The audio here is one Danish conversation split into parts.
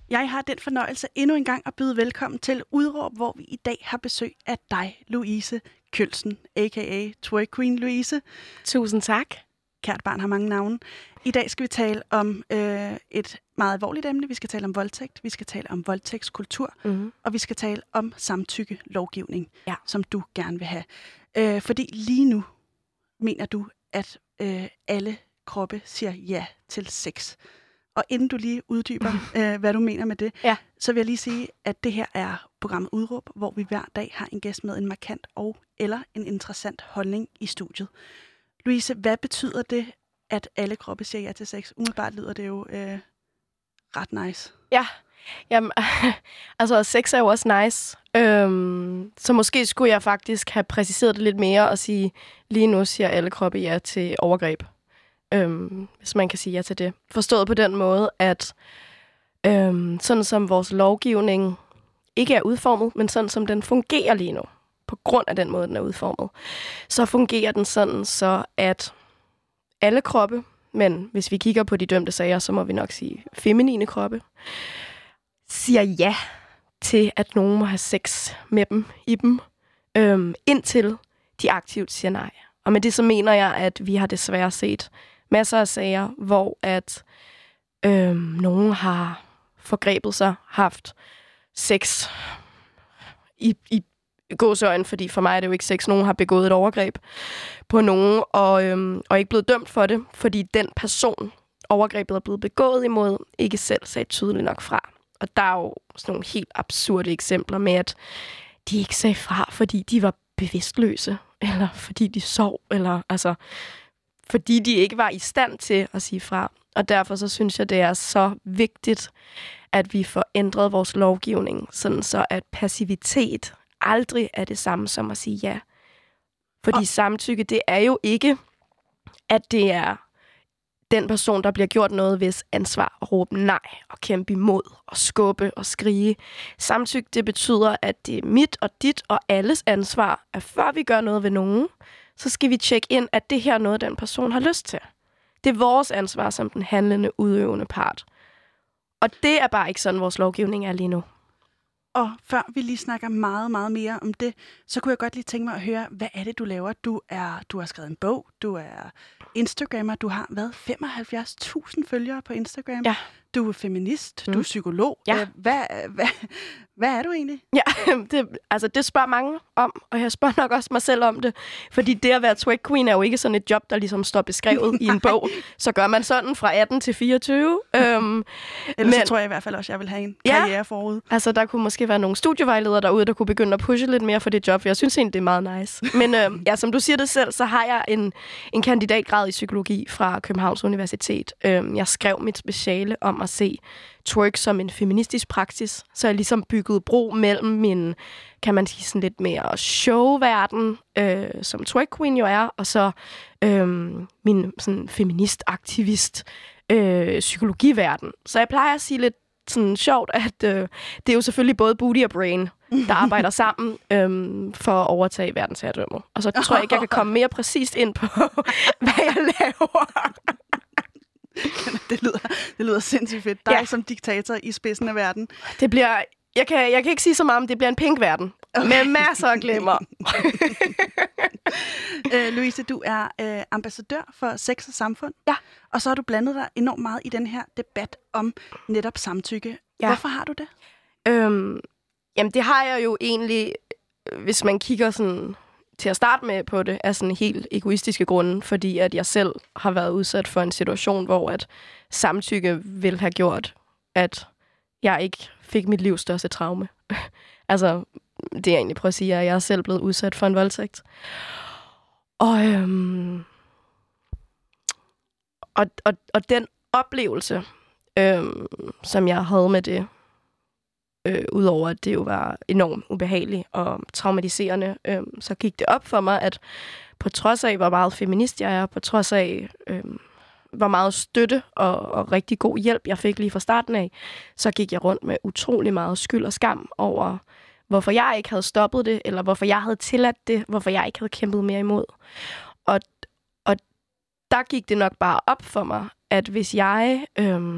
Jeg har den fornøjelse endnu en gang at byde velkommen til Udråb, hvor vi i dag har besøg af dig, Louise Kjølsen, a.k.a. Twerk Queen Louise. Tusind tak. Kært barn har mange navne. I dag skal vi tale om et meget alvorligt emne. Vi skal tale om voldtægt, vi skal tale om voldtægtskultur, og vi skal tale om samtykkelovgivning, som du gerne vil have. Fordi lige nu mener du, at alle kroppe siger ja til sex. Og inden du lige uddyber, hvad du mener med det, så vil jeg lige sige, at det her er programmet Udråb, hvor vi hver dag har en gæst med en markant eller en interessant holdning i studiet. Louise, hvad betyder det, at alle kroppe siger ja til sex? Umiddelbart lyder det jo ret nice. Ja, jamen, altså sex er jo også nice. Så måske skulle jeg faktisk have præciseret det lidt mere og sige, lige nu siger alle kroppe ja til overgreb. Hvis man kan sige ja til det. Forstået på den måde, at sådan som vores lovgivning ikke er udformet, men sådan som den fungerer lige nu, på grund af den måde, den er udformet, så fungerer den sådan, så at alle kroppe, men hvis vi kigger på de dømte sager, så må vi nok sige feminine kroppe, siger ja til, at nogen må have sex med dem, i dem, indtil de aktivt siger nej. Og med det så mener jeg, at vi har desværre set masser af sager, hvor at nogen har forgrebet sig, haft sex i gåseøjne, fordi for mig er det jo ikke sex. Nogen har begået et overgreb på nogen, og ikke blevet dømt for det, fordi den person, overgrebet er blevet begået imod, ikke selv sagde tydeligt nok fra. Og der er jo sådan nogle helt absurde eksempler med, at de ikke sagde fra, fordi de var bevidstløse, eller fordi de sov, eller altså fordi de ikke var i stand til at sige fra. Og derfor så synes jeg, det er så vigtigt, at vi får ændret vores lovgivning, sådan så at passivitet aldrig er det samme som at sige ja. Fordi samtykke, det er jo ikke, at det er den person, der bliver gjort noget, hvis ansvar at råbe nej og kæmpe imod og skubbe og skrige. Samtykke, det betyder, at det er mit og dit og alles ansvar, at før vi gør noget ved nogen, så skal vi tjekke ind, at det her er noget, den person har lyst til. Det er vores ansvar som den handlende, udøvende part. Og det er bare ikke sådan, vores lovgivning er lige nu. Og før vi lige snakker meget, meget mere om det, så kunne jeg godt lige tænke mig at høre, hvad er det, du laver? Du har skrevet en bog, du er Instagrammer, du har, 75.000 følgere på Instagram. Ja. Du er feminist, du er psykolog. Ja. Hvad er du egentlig? Ja, det spørger mange om, og jeg spørger nok også mig selv om det. Fordi det at være twerk queen er jo ikke sådan et job, der ligesom står beskrevet i en bog. Så gør man sådan fra 18 til 24. Ellers så tror jeg i hvert fald også, at jeg vil have en karriere forud. Altså, der kunne måske være nogle studievejledere derude, der kunne begynde at pushe lidt mere for det job, for jeg synes egentlig, det er meget nice. Men som du siger det selv, så har jeg en kandidatgrad i psykologi fra Københavns Universitet. Jeg skrev mit speciale om at se twerk som en feministisk praksis, så jeg ligesom bygget bro mellem min, kan man sige, sådan lidt mere showverden, som twerk queen jo er, og så min sådan feminist-aktivist psykologiverden. Så jeg plejer at sige lidt sådan sjovt, at det er jo selvfølgelig både booty og brain, der arbejder sammen for at overtage verdensherredømmet. Og så tror jeg ikke, jeg kan komme mere præcist ind på, hvad jeg laver. Det lyder sindssygt fedt. Dig som diktator i spidsen af verden. Det bliver... Jeg kan ikke sige så meget om, det bliver en pink verden. Okay. Med masser af glimmer. Louise, du er ambassadør for Sex og Samfund. Ja. Og så har du blandet dig enormt meget i den her debat om netop samtykke. Ja. Hvorfor har du det? Jamen, det har jeg jo egentlig, hvis man kigger sådan til at starte med på det, af sådan helt egoistiske grunde, fordi at jeg selv har været udsat for en situation, hvor at samtykke ville have gjort, at jeg ikke fik mit livs største traume. Altså, det er egentlig prøver at sige, at jeg er selv blevet udsat for en voldtægt. Og den oplevelse, som jeg havde med det, udover at det jo var enormt ubehageligt og traumatiserende, så gik det op for mig, at på trods af, hvor meget feminist jeg er, på trods af, hvor meget støtte og rigtig god hjælp jeg fik lige fra starten af, så gik jeg rundt med utrolig meget skyld og skam over, hvorfor jeg ikke havde stoppet det, eller hvorfor jeg havde tilladt det, hvorfor jeg ikke havde kæmpet mere imod. Og der gik det nok bare op for mig, at hvis jeg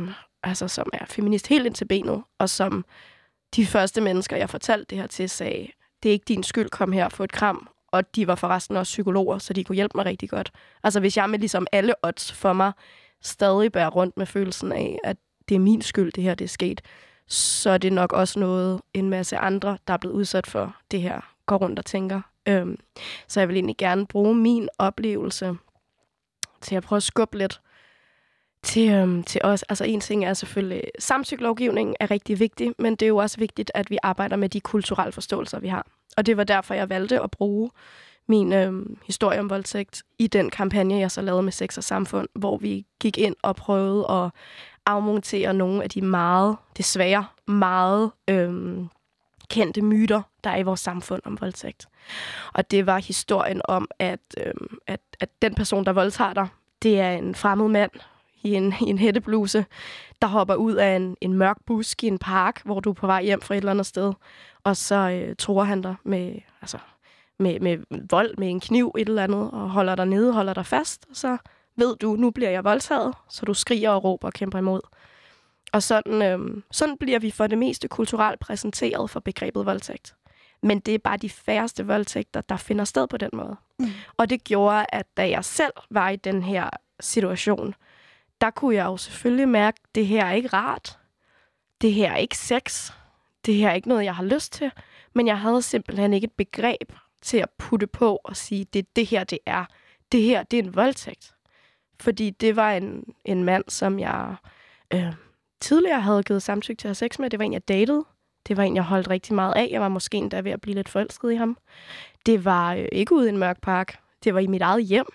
altså som er feminist helt ind til benet, og som de første mennesker, jeg fortalte det her til, sagde, det er ikke din skyld, kom her, få et kram. Og de var forresten også psykologer, så de kunne hjælpe mig rigtig godt. Altså hvis jeg med ligesom alle odds for mig stadig bærer rundt med følelsen af, at det er min skyld, det her det er sket, så er det nok også noget, en masse andre, der er blevet udsat for det her, går rundt og tænker. Så jeg vil egentlig gerne bruge min oplevelse til at prøve at skubbe lidt til os. Altså en ting er selvfølgelig, samtykkelovgivningen er rigtig vigtig, men det er jo også vigtigt, at vi arbejder med de kulturelle forståelser, vi har. Og det var derfor, jeg valgte at bruge min historie om voldtægt i den kampagne, jeg så lavede med Sex og Samfund, hvor vi gik ind og prøvede at afmontere nogle af de desværre meget kendte myter, der er i vores samfund om voldtægt. Og det var historien om, at den person, der voldtager dig, det er en fremmed mand i en hættebluse, der hopper ud af en mørk busk i en park, hvor du er på vej hjem fra et eller andet sted. Og så truer han dig med vold, med en kniv, et eller andet, og holder dig nede, holder dig fast. Så ved du, nu bliver jeg voldtaget, så du skriger og råber og kæmper imod. Og sådan bliver vi for det meste kulturelt præsenteret for begrebet voldtægt. Men det er bare de færreste voldtægter, der finder sted på den måde. Og det gjorde, at da jeg selv var i den her situation, der kunne jeg jo selvfølgelig mærke, at det her er ikke rart. Det her er ikke sex. Det her er ikke noget, jeg har lyst til. Men jeg havde simpelthen ikke et begreb til at putte på og sige, det her, det er. Det her, det er en voldtægt. Fordi det var en mand, som jeg tidligere havde givet samtykke til at have sex med. Det var en, jeg datede. Det var en, jeg holdt rigtig meget af. Jeg var måske endda ved at blive lidt forelsket i ham. Det var ikke ude i en mørk park. Det var i mit eget hjem.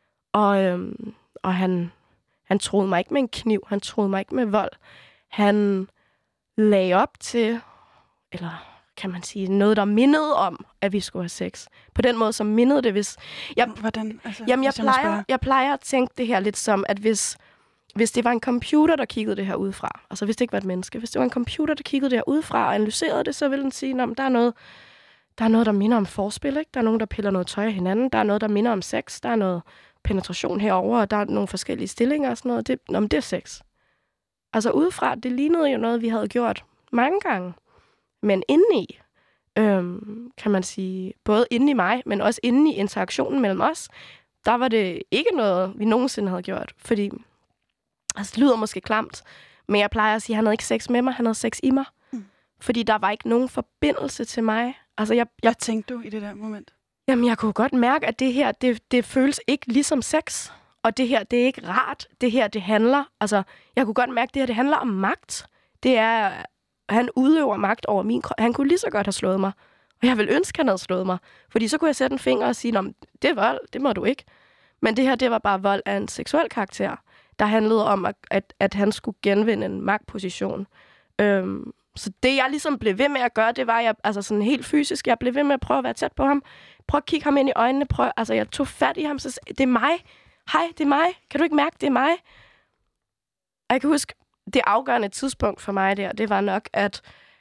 Og han troede mig ikke med en kniv. Han troede mig ikke med vold. Han lagde op til, eller kan man sige, noget, der mindede om, at vi skulle have sex. På den måde, som mindede det, hvis... Hvordan? Altså, jamen, jeg plejer at tænke det her lidt som, at hvis det var en computer, der kiggede det her udefra, altså hvis det ikke var et menneske, hvis det var en computer, der kiggede det her udefra og analyserede det, så ville den sige, at der er noget, der minder om forspil, ikke? Der er nogen, der piller noget tøj af hinanden, der er noget, der minder om sex, der er noget penetration herover, og der er nogle forskellige stillinger og sådan noget. Det er sex. Altså udefra, det lignede jo noget, vi havde gjort mange gange. Men indeni, kan man sige, både inde i mig, men også inde i interaktionen mellem os, der var det ikke noget, vi nogensinde havde gjort. Fordi, altså det lyder måske klamt, men jeg plejer at sige, at han havde ikke sex med mig, han havde sex i mig. Fordi der var ikke nogen forbindelse til mig. Altså, Hvad tænkte du i det der moment? Jamen, jeg kunne godt mærke, at det her, det føles ikke ligesom sex. Og det her, det er ikke rart. Det her, det handler... Altså, jeg kunne godt mærke, at det her, det handler om magt. Det er... Han udøver magt over min krop. Han kunne lige så godt have slået mig. Og jeg ville ønske, at han havde slået mig. Fordi så kunne jeg sætte en finger og sige, det er vold, det må du ikke. Men det her, det var bare vold af en seksuel karakter, der handlede om, at han skulle genvinde en magtposition. Så det, jeg ligesom blev ved med at gøre, det var, altså sådan helt fysisk, jeg blev ved med at prøve at være tæt på ham. Prøv at kigge ham ind i øjnene. Altså, jeg tog fat i ham, så det er mig. Hej, det er mig. Kan du ikke mærke, det er mig? Og jeg kan huske, det afgørende tidspunkt for mig der, det var nok, at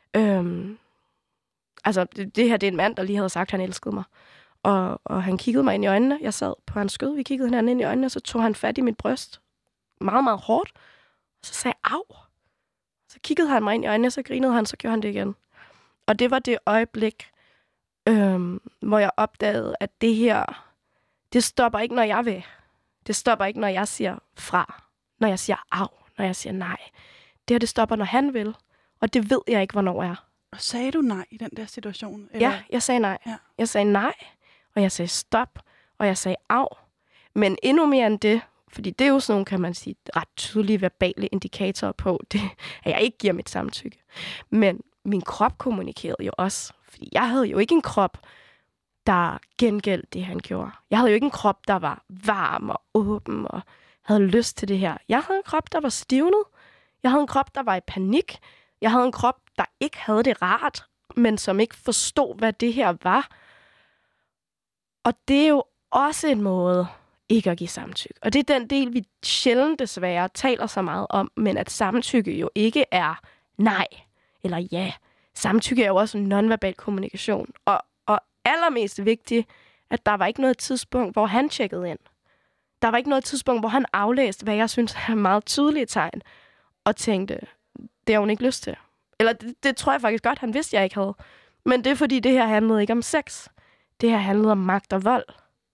altså, det her, det er en mand, der lige havde sagt, at han elskede mig. Og han kiggede mig ind i øjnene. Jeg sad på hans skød, vi kiggede hinanden ind i øjnene, og så tog han fat i mit bryst. Meget, meget hårdt. Og så sagde jeg, au. Så kiggede han mig ind i øjnene, så grinede han, så gjorde han det igen. Og det var det øjeblik, hvor jeg opdagede, at det her, det stopper ikke, når jeg vil. Det stopper ikke, når jeg siger fra. Når jeg siger au. Når jeg siger nej. Det her, det stopper, når han vil. Og det ved jeg ikke, hvornår er. Og sagde du nej i den der situation? Eller? Ja, jeg sagde nej. Ja. Jeg sagde nej, og jeg sagde stop, og jeg sagde au. Men endnu mere end det, fordi det er jo sådan nogle, kan man sige, ret tydelige verbale indikatorer på, det, at jeg ikke giver mit samtykke. Men min krop kommunikerede jo også. Fordi jeg havde jo ikke en krop, der gengældte det, han gjorde. Jeg havde jo ikke en krop, der var varm og åben og havde lyst til det her. Jeg havde en krop, der var stivnet. Jeg havde en krop, der var i panik. Jeg havde en krop, der ikke havde det rart, men som ikke forstod, hvad det her var. Og det er jo også en måde ikke at give samtykke. Og det er den del, vi sjældent desværre taler så meget om, men at samtykke jo ikke er nej eller ja. Samtykke er jo også en nonverbal kommunikation. Og allermest vigtigt, at der var ikke noget tidspunkt, hvor han tjekkede ind. Der var ikke noget tidspunkt, hvor han aflæste, hvad jeg synes er meget tydelige tegn. og tænkte, det har hun ikke lyst til. Eller det tror jeg faktisk godt, han vidste, jeg ikke havde. Men det er fordi, det her handlede ikke om sex. Det her handlede om magt og vold.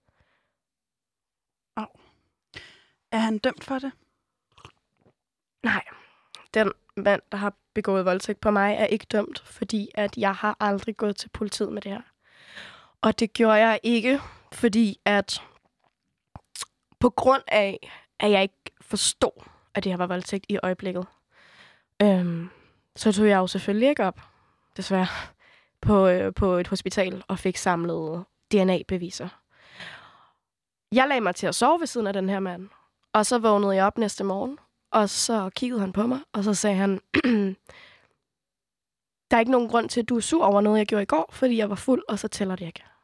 Er han dømt for det? Nej. Den mand, der har begået voldtægt på mig, er ikke dømt, fordi at jeg har aldrig gået til politiet med det her. Og det gjorde jeg ikke, fordi at på grund af, at jeg ikke forstod, at det her var voldtægt i øjeblikket, så tog jeg jo selvfølgelig ikke op, desværre, på et hospital og fik samlet DNA-beviser. Jeg lagde mig til at sove ved siden af den her mand, og så vågnede jeg op næste morgen, og så kiggede han på mig, og så sagde han, der er ikke nogen grund til, at du er sur over noget, jeg gjorde i går, fordi jeg var fuld, og så tæller det ikke.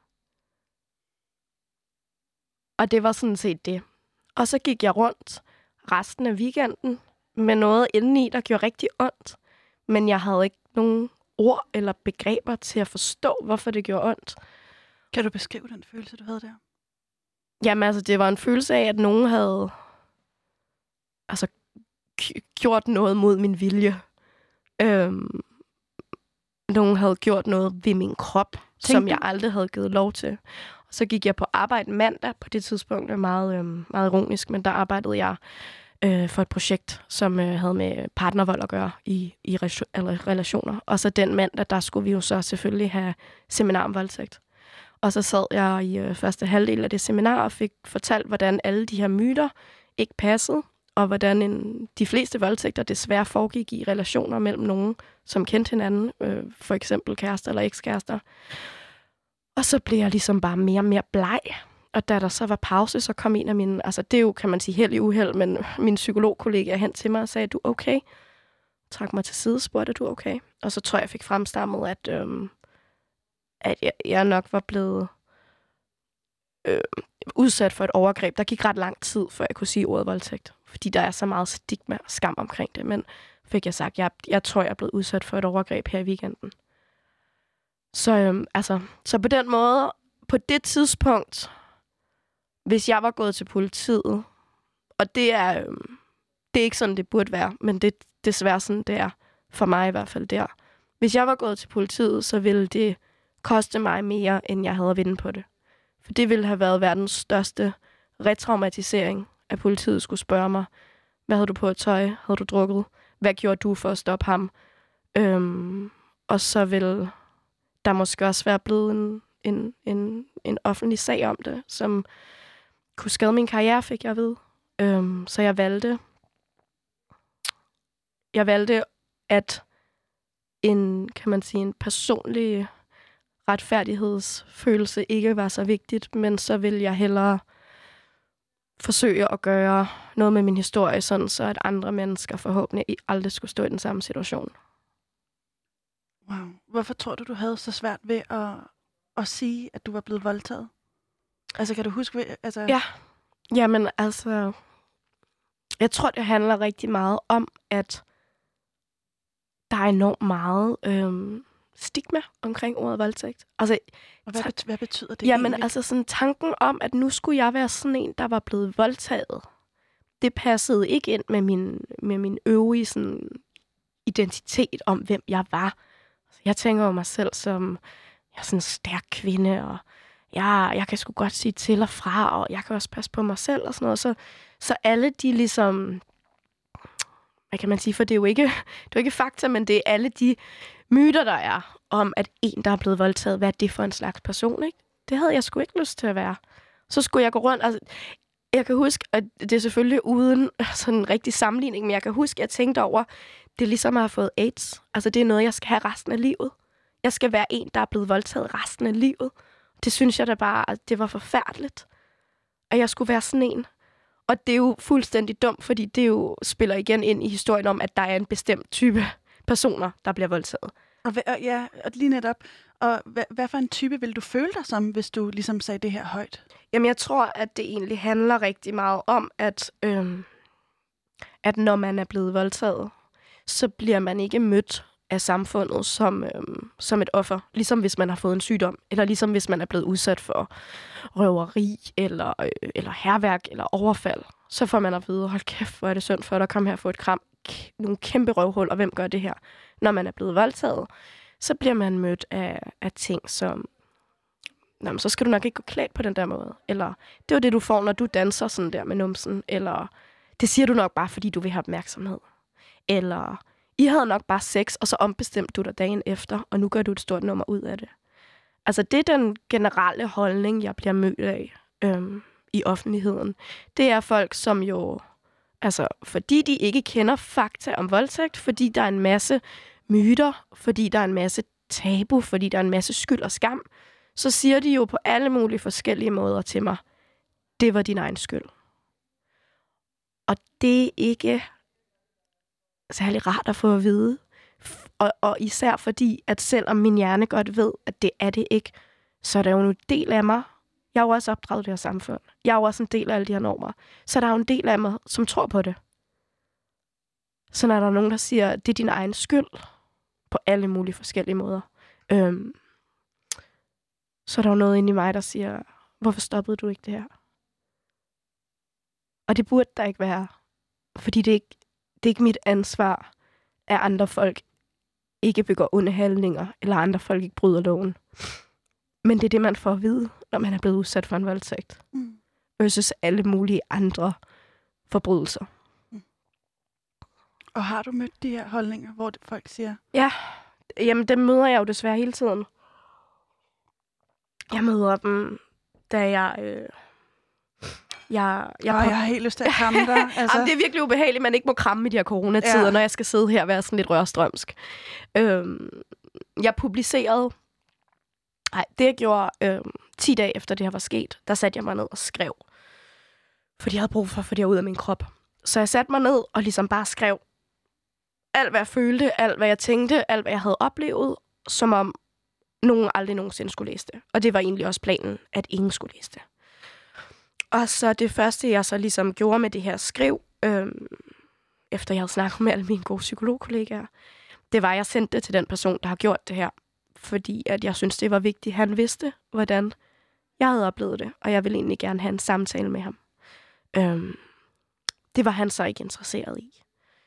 Og det var sådan set det. Og så gik jeg rundt resten af weekenden med noget indeni, der gjorde rigtig ondt. Men jeg havde ikke nogen ord eller begreber til at forstå, hvorfor det gjorde ondt. Kan du beskrive den følelse, du havde der? Jamen altså, det var en følelse af, at nogen havde gjort noget mod min vilje. Nogen havde gjort noget ved min krop, som jeg aldrig havde givet lov til. Og så gik jeg på arbejde mandag. På det tidspunkt, det var meget ironisk, men der arbejdede jeg for et projekt, som havde med partnervold at gøre i relationer. Og så den mandag, der skulle vi jo så selvfølgelig have seminar om voldtægt. Og så sad jeg i første halvdel af det seminar og fik fortalt, hvordan alle de her myter ikke passede, og hvordan de fleste voldtægter desværre foregik i relationer mellem nogen, som kendte hinanden, for eksempel kærester eller ekskærester. Og så blev jeg ligesom bare mere og mere bleg. Og da der så var pause, så kom en af mine, altså det er jo, kan man sige, held i uheld, men min psykologkollega hen til mig og sagde, du okay? Trak mig til side, spurgte, du okay? Og så tror jeg fik fremstammet, at jeg nok var blevet udsat for et overgreb. Der gik ret lang tid, før jeg kunne sige ordet voldtægt. Fordi der er så meget stigma og skam omkring det. Men fik jeg sagt, jeg tror, jeg er blevet udsat for et overgreb her i weekenden. Så på den måde, på det tidspunkt, hvis jeg var gået til politiet, og det er ikke sådan, det burde være, men det er desværre sådan, det er for mig i hvert fald der. Hvis jeg var gået til politiet, så ville det koste mig mere, end jeg havde at vinde på det. For det ville have været verdens største retraumatisering, at politiet skulle spørge mig, hvad havde du på et tøj? Havde du drukket? Hvad gjorde du for at stoppe ham? Og så ville der måske også være blevet en offentlig sag om det, som kunne skade min karriere, fik jeg at vide. Så jeg valgte, at en personlig retfærdighedsfølelse ikke var så vigtigt, men så ville jeg hellere forsøge at gøre noget med min historie, sådan så at andre mennesker forhåbentlig aldrig skulle stå i den samme situation. Wow. Hvorfor tror du havde så svært ved at sige, at du var blevet voldtaget? Altså, kan du huske... Altså... Ja. Jamen, altså... Jeg tror, det handler rigtig meget om, at der er enormt meget stigma omkring ordet voldtægt. Altså, og hvad betyder det jamen, egentlig? altså sådan tanken om, at nu skulle jeg være sådan en, der var blevet voldtaget, det passede ikke ind med min øvrige sådan, identitet om, hvem jeg var. Jeg tænker jo mig selv som, jeg er sådan en stærk kvinde, og jeg kan sgu godt sige til og fra, og jeg kan også passe på mig selv og sådan noget. Så alle de ligesom, hvad kan man sige, for det er jo ikke fakta, men det er alle de myter, der er om, at en, der er blevet voldtaget, hvad er det for en slags person, ikke? Det havde jeg sgu ikke lyst til at være. Så skulle jeg gå rundt, altså, jeg kan huske, at det er selvfølgelig uden sådan en rigtig sammenligning, men jeg kan huske, at jeg tænkte over, det er ligesom at have fået AIDS. Altså, det er noget, jeg skal have resten af livet. Jeg skal være en, der er blevet voldtaget resten af livet. Det synes jeg da bare, at det var forfærdeligt, at jeg skulle være sådan en. Og det er jo fuldstændig dumt, fordi det jo spiller igen ind i historien om, at der er en bestemt type personer, der bliver voldtaget. Og lige netop. Og hvad for en type vil du føle dig som, hvis du ligesom sagde det her højt? Jamen, jeg tror, at det egentlig handler rigtig meget om, at når man er blevet voldtaget, så bliver man ikke mødt af samfundet som et offer. Ligesom hvis man har fået en sygdom, eller ligesom hvis man er blevet udsat for røveri, eller hærværk, eller overfald. Så får man at vide, hold kæft, hvor er det synd for dig, kom her og få et kram. nogle kæmpe røvhuller. Hvem gør det her? Når man er blevet voldtaget, så bliver man mødt af ting som, så skal du nok ikke gå klædt på den der måde. Eller, det var det, du får, når du danser sådan der med numsen. Eller, det siger du nok bare, fordi du vil have opmærksomhed. Eller, I havde nok bare sex, og så ombestemte du dig dagen efter, og nu gør du et stort nummer ud af det. Altså, det er den generelle holdning, jeg bliver mødt af i offentligheden. Det er folk, som jo, altså, fordi de ikke kender fakta om voldtægt, fordi der er en masse myter, fordi der er en masse tabu, fordi der er en masse skyld og skam, så siger de jo på alle mulige forskellige måder til mig, det var din egen skyld. Og det er ikke særlig rart at få at vide. Og især fordi, at selvom min hjerne godt ved, at det er det ikke, så er der jo en del af mig. Jeg er jo også opdraget i det her samfund. Jeg er jo også en del af alle de her normer. Så der er jo en del af mig, som tror på det. Så når der er nogen, der siger, at det er din egen skyld, på alle mulige forskellige måder, så er der jo noget inde i mig, der siger, hvorfor stoppede du ikke det her? Og det burde der ikke være. Fordi det er ikke mit ansvar, at andre folk ikke begår onde handlinger, eller andre folk ikke bryder loven. Men det er det, man får at vide, når man er blevet udsat for en voldtægt. Versus alle mulige andre forbrydelser. Og har du mødt de her holdninger, hvor folk siger? Ja, jamen dem møder jeg jo desværre hele tiden. Jeg møder dem, da jeg har helt lyst til at kramme dig. Altså. Jamen, det er virkelig ubehageligt, at man ikke må kramme i de her coronatider, når jeg skal sidde her og være sådan lidt rørstrømsk. Jeg publicerede... det jeg gjorde 10 dage efter det her var sket, der satte jeg mig ned og skrev. Fordi jeg havde brug for at få det her ud af min krop. Så jeg satte mig ned og ligesom bare skrev alt, hvad jeg følte, alt, hvad jeg tænkte, alt, hvad jeg havde oplevet, som om nogen aldrig nogensinde skulle læse det. Og det var egentlig også planen, at ingen skulle læse det. Og så det første, jeg så ligesom gjorde med det her skriv, efter jeg havde snakket med alle mine gode psykologkollegaer, det var, at jeg sendte det til den person, der har gjort det her. Fordi at jeg synes, det var vigtigt. Han vidste, hvordan jeg havde oplevet det, og jeg ville egentlig gerne have en samtale med ham. Det var han så ikke interesseret i.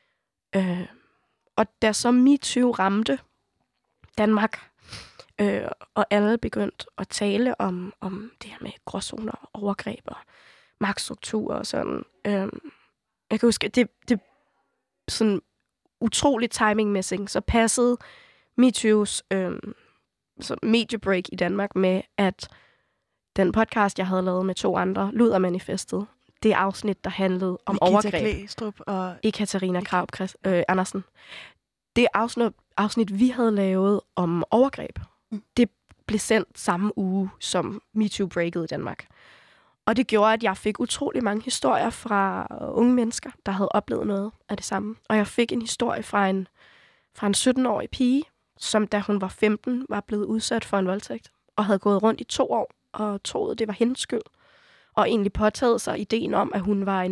Og da så MeToo ramte Danmark, og alle begyndte at tale om det her med gråzoner, overgreb og magtstruktur og sådan. Jeg kan huske, det sådan utrolig timingmæssigt, så passede MeToo's mediebreak i Danmark med, at den podcast, jeg havde lavet med 2 andre, Ludermanifestet, det afsnit, der handlede om overgreb. Klæstrup og Ekaterina Krarup Andersen. Det afsnit, vi havde lavet om overgreb, det blev sendt samme uge, som MeToo breakede i Danmark. Og det gjorde, at jeg fik utrolig mange historier fra unge mennesker, der havde oplevet noget af det samme. Og jeg fik en historie fra en 17-årig pige, som da hun var 15, var blevet udsat for en voldtægt, og havde gået rundt i 2 år, og troede, det var hendes skyld. Og egentlig påtaget sig ideen om, at hun var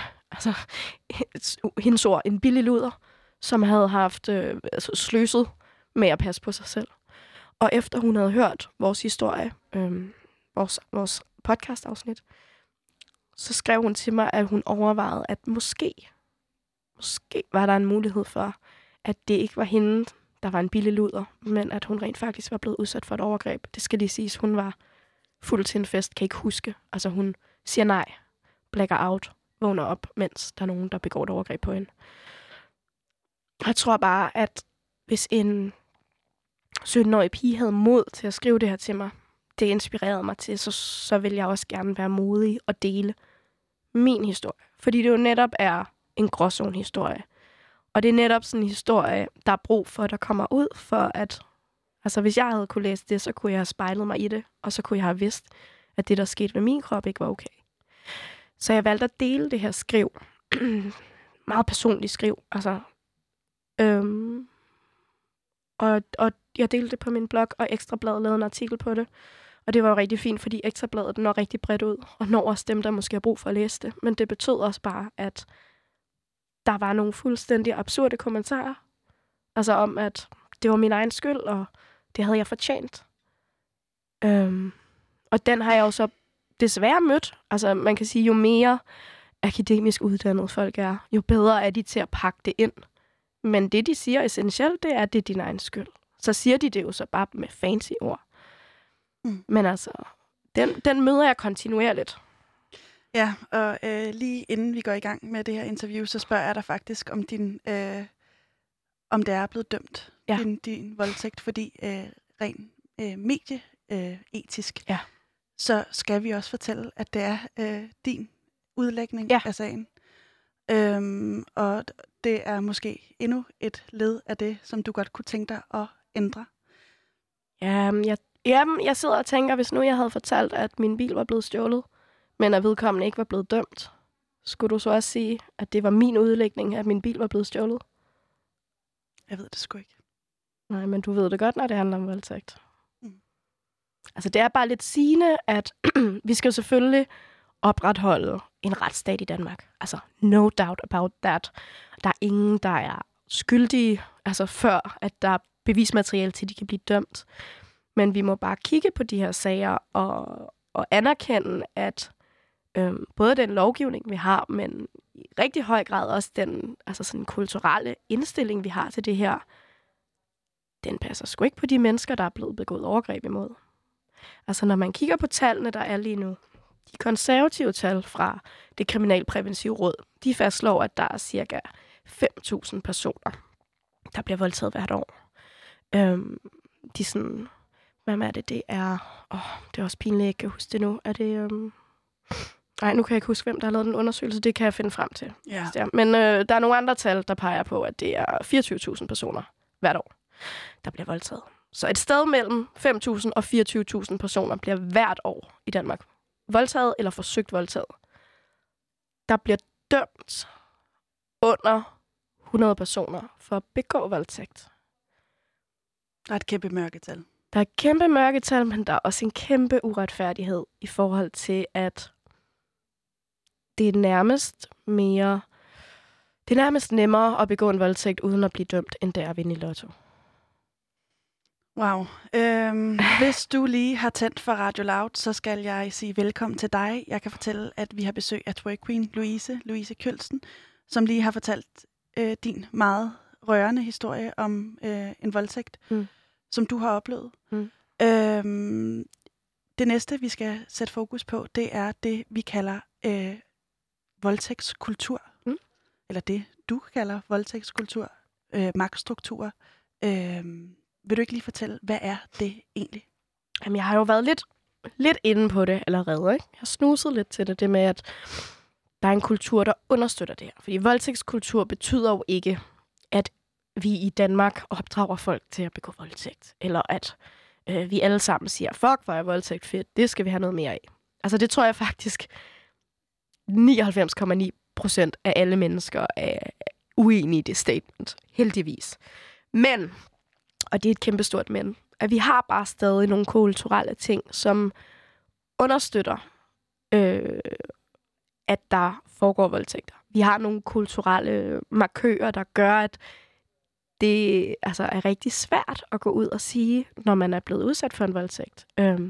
hendes ord, en billig luder, som havde haft sløset med at passe på sig selv. Og efter hun havde hørt vores historie, vores podcast-afsnit, så skrev hun til mig, at hun overvejede, at måske var der en mulighed for, at det ikke var hende, der var en billig luder, men at hun rent faktisk var blevet udsat for et overgreb. Det skal lige siges, hun var fuld til en fest, kan ikke huske. Altså hun siger nej, blacker out, vågner op, mens der er nogen, der begår et overgreb på hende. Jeg tror bare, at hvis en 17-årig pige havde mod til at skrive det her til mig, det inspirerede mig til, så vil jeg også gerne være modig og dele min historie. Fordi det jo netop er en gråzone-historie. Og det er netop sådan en historie, der er brug for, der kommer ud for, at altså, hvis jeg havde kunne læse det, så kunne jeg have spejlet mig i det, og så kunne jeg have vidst, at det, der skete med min krop, ikke var okay. Så jeg valgte at dele det her skriv. Meget personligt skriv. Altså, og jeg delte det på min blog, og Ekstrabladet lavede en artikel på det. Og det var jo rigtig fint, fordi Ekstrabladet når rigtig bredt ud, og når også dem, der måske har brug for at læse det. Men det betød også bare, at der var nogle fuldstændig absurde kommentarer. Altså om, at det var min egen skyld, og det havde jeg fortjent. Og den har jeg jo så desværre mødt. Altså man kan sige, jo mere akademisk uddannede folk er, jo bedre er de til at pakke det ind. Men det, de siger essentielt, det er din egen skyld. Så siger de det jo så bare med fancy ord. Men altså, den møder jeg kontinuerligt. Ja, og lige inden vi går i gang med det her interview, så spørger jeg dig faktisk, om om det er blevet dømt, din voldtægt, fordi ren medieetisk, så skal vi også fortælle, at det er din udlægning af sagen. Og det er måske endnu et led af det, som du godt kunne tænke dig at ændre. Jeg sidder og tænker, hvis nu jeg havde fortalt, at min bil var blevet stjålet, men at vedkommende ikke var blevet dømt, skulle du så også sige, at det var min udlægning, at min bil var blevet stjålet? Jeg ved det sgu ikke. Nej, men du ved det godt, når det handler om voldtægt. Altså, det er bare lidt sigende, at vi skal jo selvfølgelig opretholde en retsstat i Danmark. Altså, no doubt about that. Der er ingen, der er skyldige, altså før, at der er bevismateriale til, de kan blive dømt. Men vi må bare kigge på de her sager og anerkende, at både den lovgivning, vi har, men i rigtig høj grad også den sådan kulturelle indstilling, vi har til det her, den passer sgu ikke på de mennesker, der er blevet begået overgreb imod. Altså, når man kigger på tallene, der er lige nu, de konservative tal fra det kriminalpræventive råd, de fastslår, at der er cirka 5.000 personer, der bliver voldtaget hvert år. De sådan, hvad er det? Det er også pinligt, jeg ikke kan huske det nu. Er det... Nej, nu kan jeg ikke huske, hvem der har lavet den undersøgelse. Det kan jeg finde frem til. Ja. Men der er nogle andre tal, der peger på, at det er 24.000 personer hvert år, der bliver voldtaget. Så et sted mellem 5.000 og 24.000 personer bliver hvert år i Danmark voldtaget eller forsøgt voldtaget. Der bliver dømt under 100 personer for at begå voldtægt. Der er et kæmpe mørketal. Der er et kæmpe mørketal, men der er også en kæmpe uretfærdighed i forhold til, at det er nærmest nemmere at begå en voldtægt uden at blive dømt, end det er at vinde i lotto. Wow. Hvis du lige har tændt for Radio Loud, så skal jeg sige velkommen til dig. Jeg kan fortælle, at vi har besøg af twerk queen Louise Kjølsen, som lige har fortalt din meget rørende historie om en voldtægt, som du har oplevet. Det næste, vi skal sætte fokus på, det er det, vi kalder voldtægtskultur. Eller det, du kalder voldtægtskultur, magtstrukturer. Vil du ikke lige fortælle, hvad er det egentlig? Jamen, jeg har jo været lidt inde på det allerede, ikke? Jeg har snuset lidt til det med, at der er en kultur, der understøtter det her. Fordi voldtægtskultur betyder jo ikke, at vi i Danmark opdrager folk til at begå voldtægt. Eller at vi alle sammen siger, fuck, hvor er voldtægt fedt, det skal vi have noget mere af. Altså, det tror jeg faktisk 99,9% af alle mennesker er uenige i det statement. Heldigvis. Men, og det er et kæmpestort men, at vi har bare stadig nogle kulturelle ting, som understøtter, at der foregår voldtægter. Vi har nogle kulturelle markører, der gør, at det er rigtig svært at gå ud og sige, når man er blevet udsat for en voldtægt.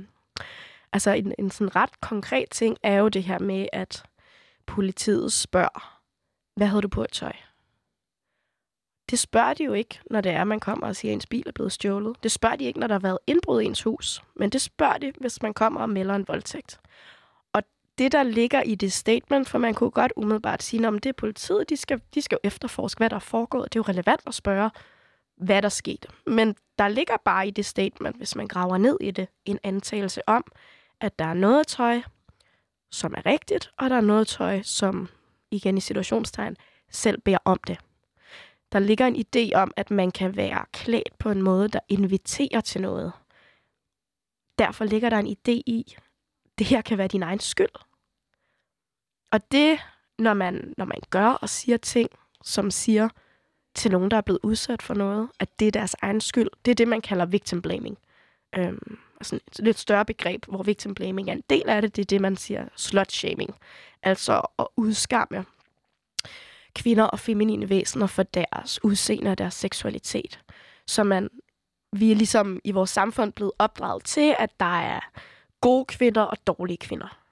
En sådan ret konkret ting er jo det her med, at politiet spørger, hvad havde du på et tøj? Det spørger de jo ikke, når det er, man kommer og siger, at ens bil er blevet stjålet. Det spørger de ikke, når der har været indbrud i ens hus. Men det spørger de, hvis man kommer og melder en voldtægt. Og det, der ligger i det statement, for man kunne godt umiddelbart sige, om det er politiet, de skal jo efterforske, hvad der er foregået. Det er jo relevant at spørge, hvad der skete. Men der ligger bare i det statement, hvis man graver ned i det, en antagelse om, at der er noget tøj, som er rigtigt, og der er noget tøj, som, igen i situationstegn, selv beder om det. Der ligger en idé om, at man kan være klædt på en måde, der inviterer til noget. Derfor ligger der en idé i, det her kan være din egen skyld. Og det, når man gør og siger ting, som siger til nogen, der er blevet udsat for noget, at det er deres egen skyld, det er det, man kalder victim blaming. Sådan et lidt større begreb, hvor victim blaming er en del af det, det er det, man siger slut shaming. Altså at udskamme kvinder og feminine væsener for deres udseende og deres seksualitet. Så vi er ligesom i vores samfund blevet opdraget til, at der er gode kvinder og dårlige kvinder.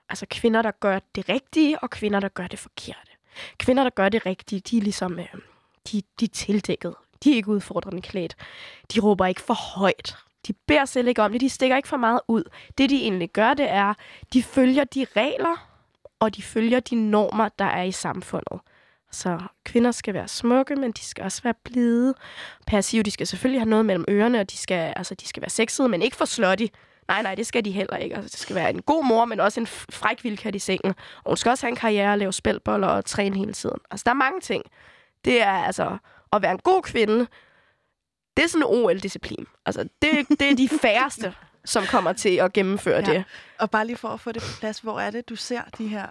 altså kvinder, der gør det rigtige, og kvinder, der gør det forkerte. Kvinder, der gør det rigtige, de er ligesom, de er tildækket. De er ikke udfordrende klædt. De råber ikke for højt. De beder selv ikke om det. De stikker ikke for meget ud. Det, de egentlig gør, det er, de følger de regler, og de følger de normer, der er i samfundet. Så kvinder skal være smukke, men de skal også være blide. Passive, de skal selvfølgelig have noget mellem ørerne, og de skal være sexede, men ikke for slutty. Nej, det skal de heller ikke. Altså, det skal være en god mor, men også en fræk vildkat i sengen. Og hun skal også have en karriere, lave spelboller og træne hele tiden. Altså, der er mange ting. Det er altså at være en god kvinde. Det er sådan en OL-disciplin. Altså, det er de færreste, som kommer til at gennemføre det. Og bare lige for at få det på plads, hvor er det, du ser de her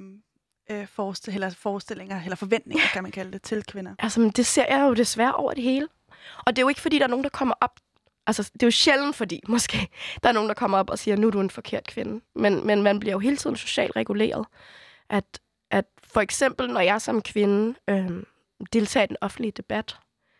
forestillinger, eller forventninger, kan man kalde det, til kvinder? Altså, det ser jeg jo desværre over det hele. Og det er jo ikke, fordi der er nogen, der kommer op. Altså, det er jo sjældent, fordi måske der er nogen, der kommer op og siger, nu er du en forkert kvinde. Men man bliver jo hele tiden socialt reguleret. At for eksempel, når jeg som kvinde deltager i den offentlige debat,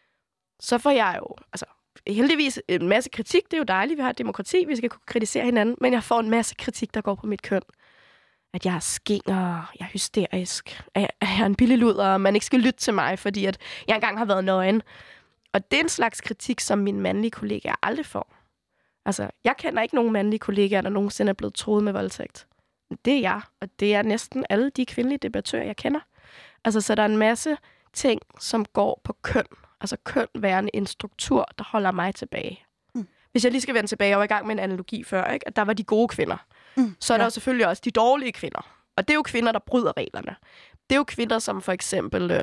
så får jeg jo, altså heldigvis en masse kritik. Det er jo dejligt, vi har et demokrati, vi skal kunne kritisere hinanden. Men jeg får en masse kritik, der går på mit køn. At jeg er skinger, jeg er hysterisk, at jeg er en billig luder, og man ikke skal lytte til mig, fordi at jeg engang har været nøgen. Og det er en slags kritik, som mine mandlige kollegaer aldrig får. Altså, jeg kender ikke nogen mandlige kollegaer, der nogensinde er blevet troet med voldtægt. Det er jeg, og det er næsten alle de kvindelige debattører, jeg kender. Altså, så der er en masse ting, som går på køn. Altså, køn værende en struktur, der holder mig tilbage. Hvis jeg lige skal vende tilbage, jeg var i gang med en analogi før, ikke? At der var de gode kvinder. Så er der jo selvfølgelig også de dårlige kvinder. Og det er jo kvinder, der bryder reglerne. Det er jo kvinder, som for eksempel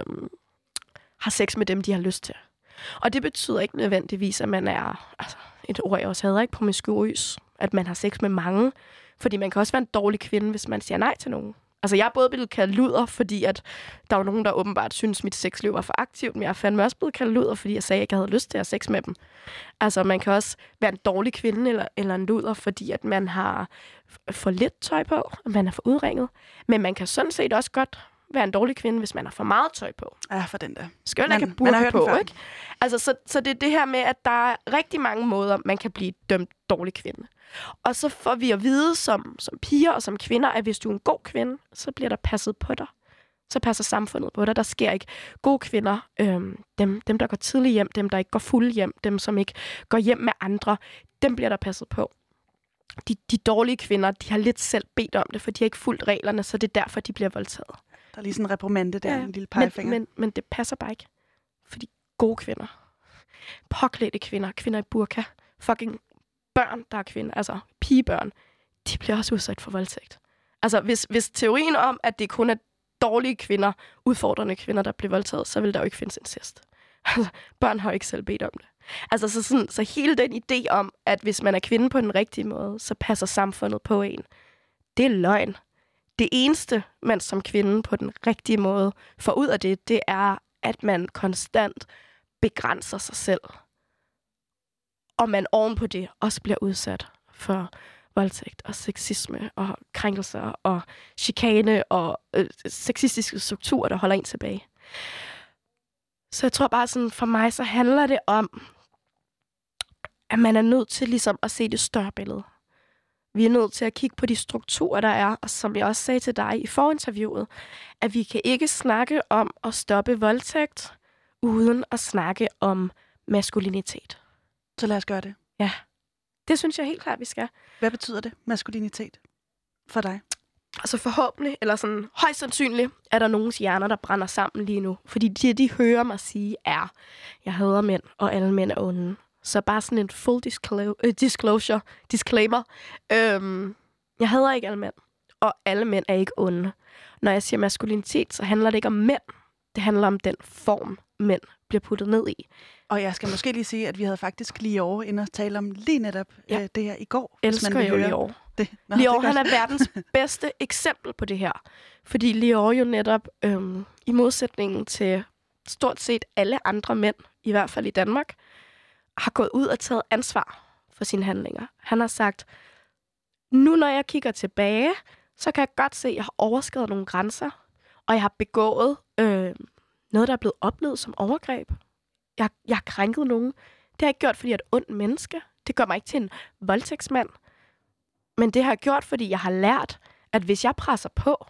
har sex med dem, de har lyst til. Og det betyder ikke nødvendigvis, at man er, altså et ord, jeg også havde, ikke, promiskuøs, at man har sex med mange. Fordi man kan også være en dårlig kvinde, hvis man siger nej til nogen. Altså, jeg er både blevet kaldt luder, fordi at der var nogen, der åbenbart synes mit sexliv var for aktivt, men jeg er fandme også blevet kaldt luder, fordi jeg sagde, at jeg ikke havde lyst til at have sex med dem. Altså, man kan også være en dårlig kvinde eller en luder, fordi at man har for lidt tøj på, og man er for udringet. Men man kan sådan set også godt være en dårlig kvinde, hvis man har for meget tøj på. Ja, for den der. Skal jo ikke have burka på, ikke? Altså, så det er det her med, at der er rigtig mange måder, man kan blive dømt dårlig kvinde. Og så får vi at vide som piger og som kvinder, at hvis du er en god kvinde, så bliver der passet på dig. Så passer samfundet på dig. Der sker ikke gode kvinder. Dem, der går tidligt hjem, dem, der ikke går fuld hjem, dem, som ikke går hjem med andre, dem bliver der passet på. De dårlige kvinder, de har lidt selv bedt om det, for de har ikke fulgt reglerne, så det er derfor, de bliver voldtaget. Der er lige sådan en reprimande der, en lille pegefinger. Men det passer bare ikke. Fordi gode kvinder, påklædte kvinder, kvinder i burka, fucking børn, der er kvinder, altså pigebørn, de bliver også udsat for voldtægt. Altså, hvis teorien om, at det kun er dårlige kvinder, udfordrende kvinder, der bliver voldtaget, så vil der jo ikke findes incest. Altså, børn har jo ikke selv bedt om det. Altså, så hele den idé om, at hvis man er kvinde på den rigtige måde, så passer samfundet på en, det er løgn. Det eneste, man som kvinde på den rigtige måde får ud af det er, at man konstant begrænser sig selv. Og man ovenpå det også bliver udsat for voldtægt og sexisme og krænkelser og chikane og sexistiske strukturer, der holder en tilbage. Så jeg tror bare sådan, for mig så handler det om, at man er nødt til ligesom at se det større billede. Vi er nødt til at kigge på de strukturer, der er, og som jeg også sagde til dig i forinterviewet, at vi kan ikke snakke om at stoppe voldtægt, uden at snakke om maskulinitet. Så lad os gøre det. Ja, det synes jeg helt klart, vi skal. Hvad betyder det, maskulinitet, for dig? Altså forhåbentlig, eller sådan højst sandsynligt, er der nogens hjerner, der brænder sammen lige nu. Fordi de hører mig sige er, jeg hader mænd, og alle mænd er onde. Så bare sådan en full disclaimer. Jeg hader ikke alle mænd, og alle mænd er ikke onde. Når jeg siger maskulinitet, så handler det ikke om mænd. Det handler om den form, mænd bliver puttet ned i. Og jeg skal måske lige sige, at vi havde faktisk Lior inde og tale om lige netop det her i går. Elsker jo Lior. Lior, han er verdens bedste eksempel på det her. Fordi Lior jo netop, i modsætningen til stort set alle andre mænd, i hvert fald i Danmark, har gået ud og taget ansvar for sine handlinger. Han har sagt, nu når jeg kigger tilbage, så kan jeg godt se, at jeg har overskredet nogle grænser, og jeg har begået noget, der er blevet oplevet som overgreb. Jeg har krænket nogen. Det har jeg ikke gjort, fordi jeg er et ondt menneske. Det gør mig ikke til en voldtægtsmand. Men det har jeg gjort, fordi jeg har lært, at hvis jeg presser på,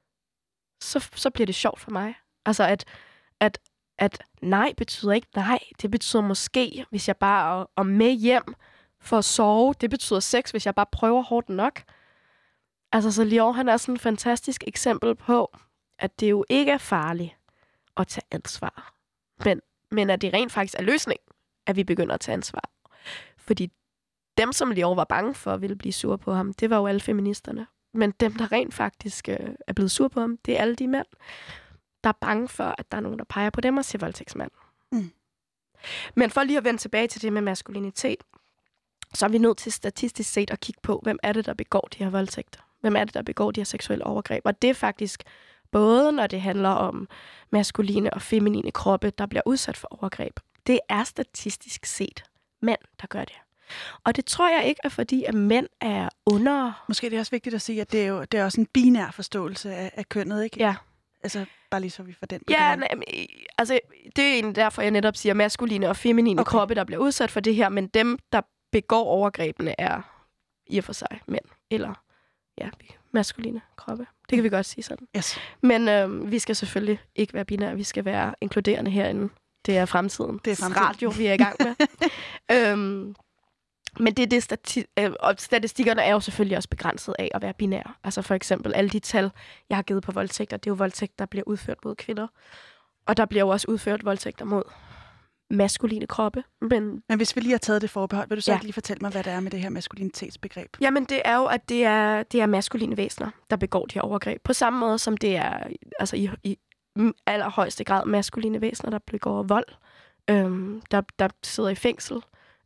så bliver det sjovt for mig. Altså, at nej betyder ikke nej. Det betyder måske, hvis jeg bare er med hjem for at sove. Det betyder sex, hvis jeg bare prøver hårdt nok. Altså, så Lior, han er sådan et fantastisk eksempel på, at det jo ikke er farligt at tage ansvar. Men at det rent faktisk er løsning, at vi begynder at tage ansvar. Fordi dem, som Lior var bange for, ville blive sure på ham, det var jo alle feministerne. Men dem, der rent faktisk er blevet sure på ham, det er alle de mænd, der er bange for, at der er nogen, der peger på dem og siger voldtægtsmand. Mm. Men for lige at vende tilbage til det med maskulinitet, så er vi nødt til statistisk set at kigge på, hvem er det, der begår de her voldtægter? Hvem er det, der begår de her seksuelle overgreb? Og det er faktisk både, når det handler om maskuline og feminine kroppe, der bliver udsat for overgreb. Det er statistisk set mænd, der gør det. Og det tror jeg ikke er fordi, at mænd er under... Måske er det også vigtigt at sige, at det er også en binær forståelse af kønnet, ikke? Ja. Altså, bare lige så vi får den. Ja, altså, det er egentlig derfor, jeg netop siger maskuline og feminine kroppe, der bliver udsat for det her, men dem, der begår overgrebene, er i og for sig mænd, eller maskuline kroppe. Det kan vi godt sige sådan. Yes. Men vi skal selvfølgelig ikke være binære, vi skal være inkluderende herinde. Det er fremtiden. Det er fremtiden. Radio, vi er i gang med. Men det er det og statistikkerne er jo selvfølgelig også begrænset af at være binære. Altså for eksempel alle de tal, jeg har givet på voldtægter, det er jo voldtægter, der bliver udført mod kvinder. Og der bliver jo også udført voldtægter mod maskuline kroppe. Men hvis vi lige har taget det forbehold, vil du så ikke lige fortælle mig, hvad det er med det her maskulinitetsbegreb? Jamen det er jo, at det er maskuline væsener, der begår de her overgreb. På samme måde som det er altså i allerhøjeste grad maskuline væsener, der begår vold. Der sidder i fængsel.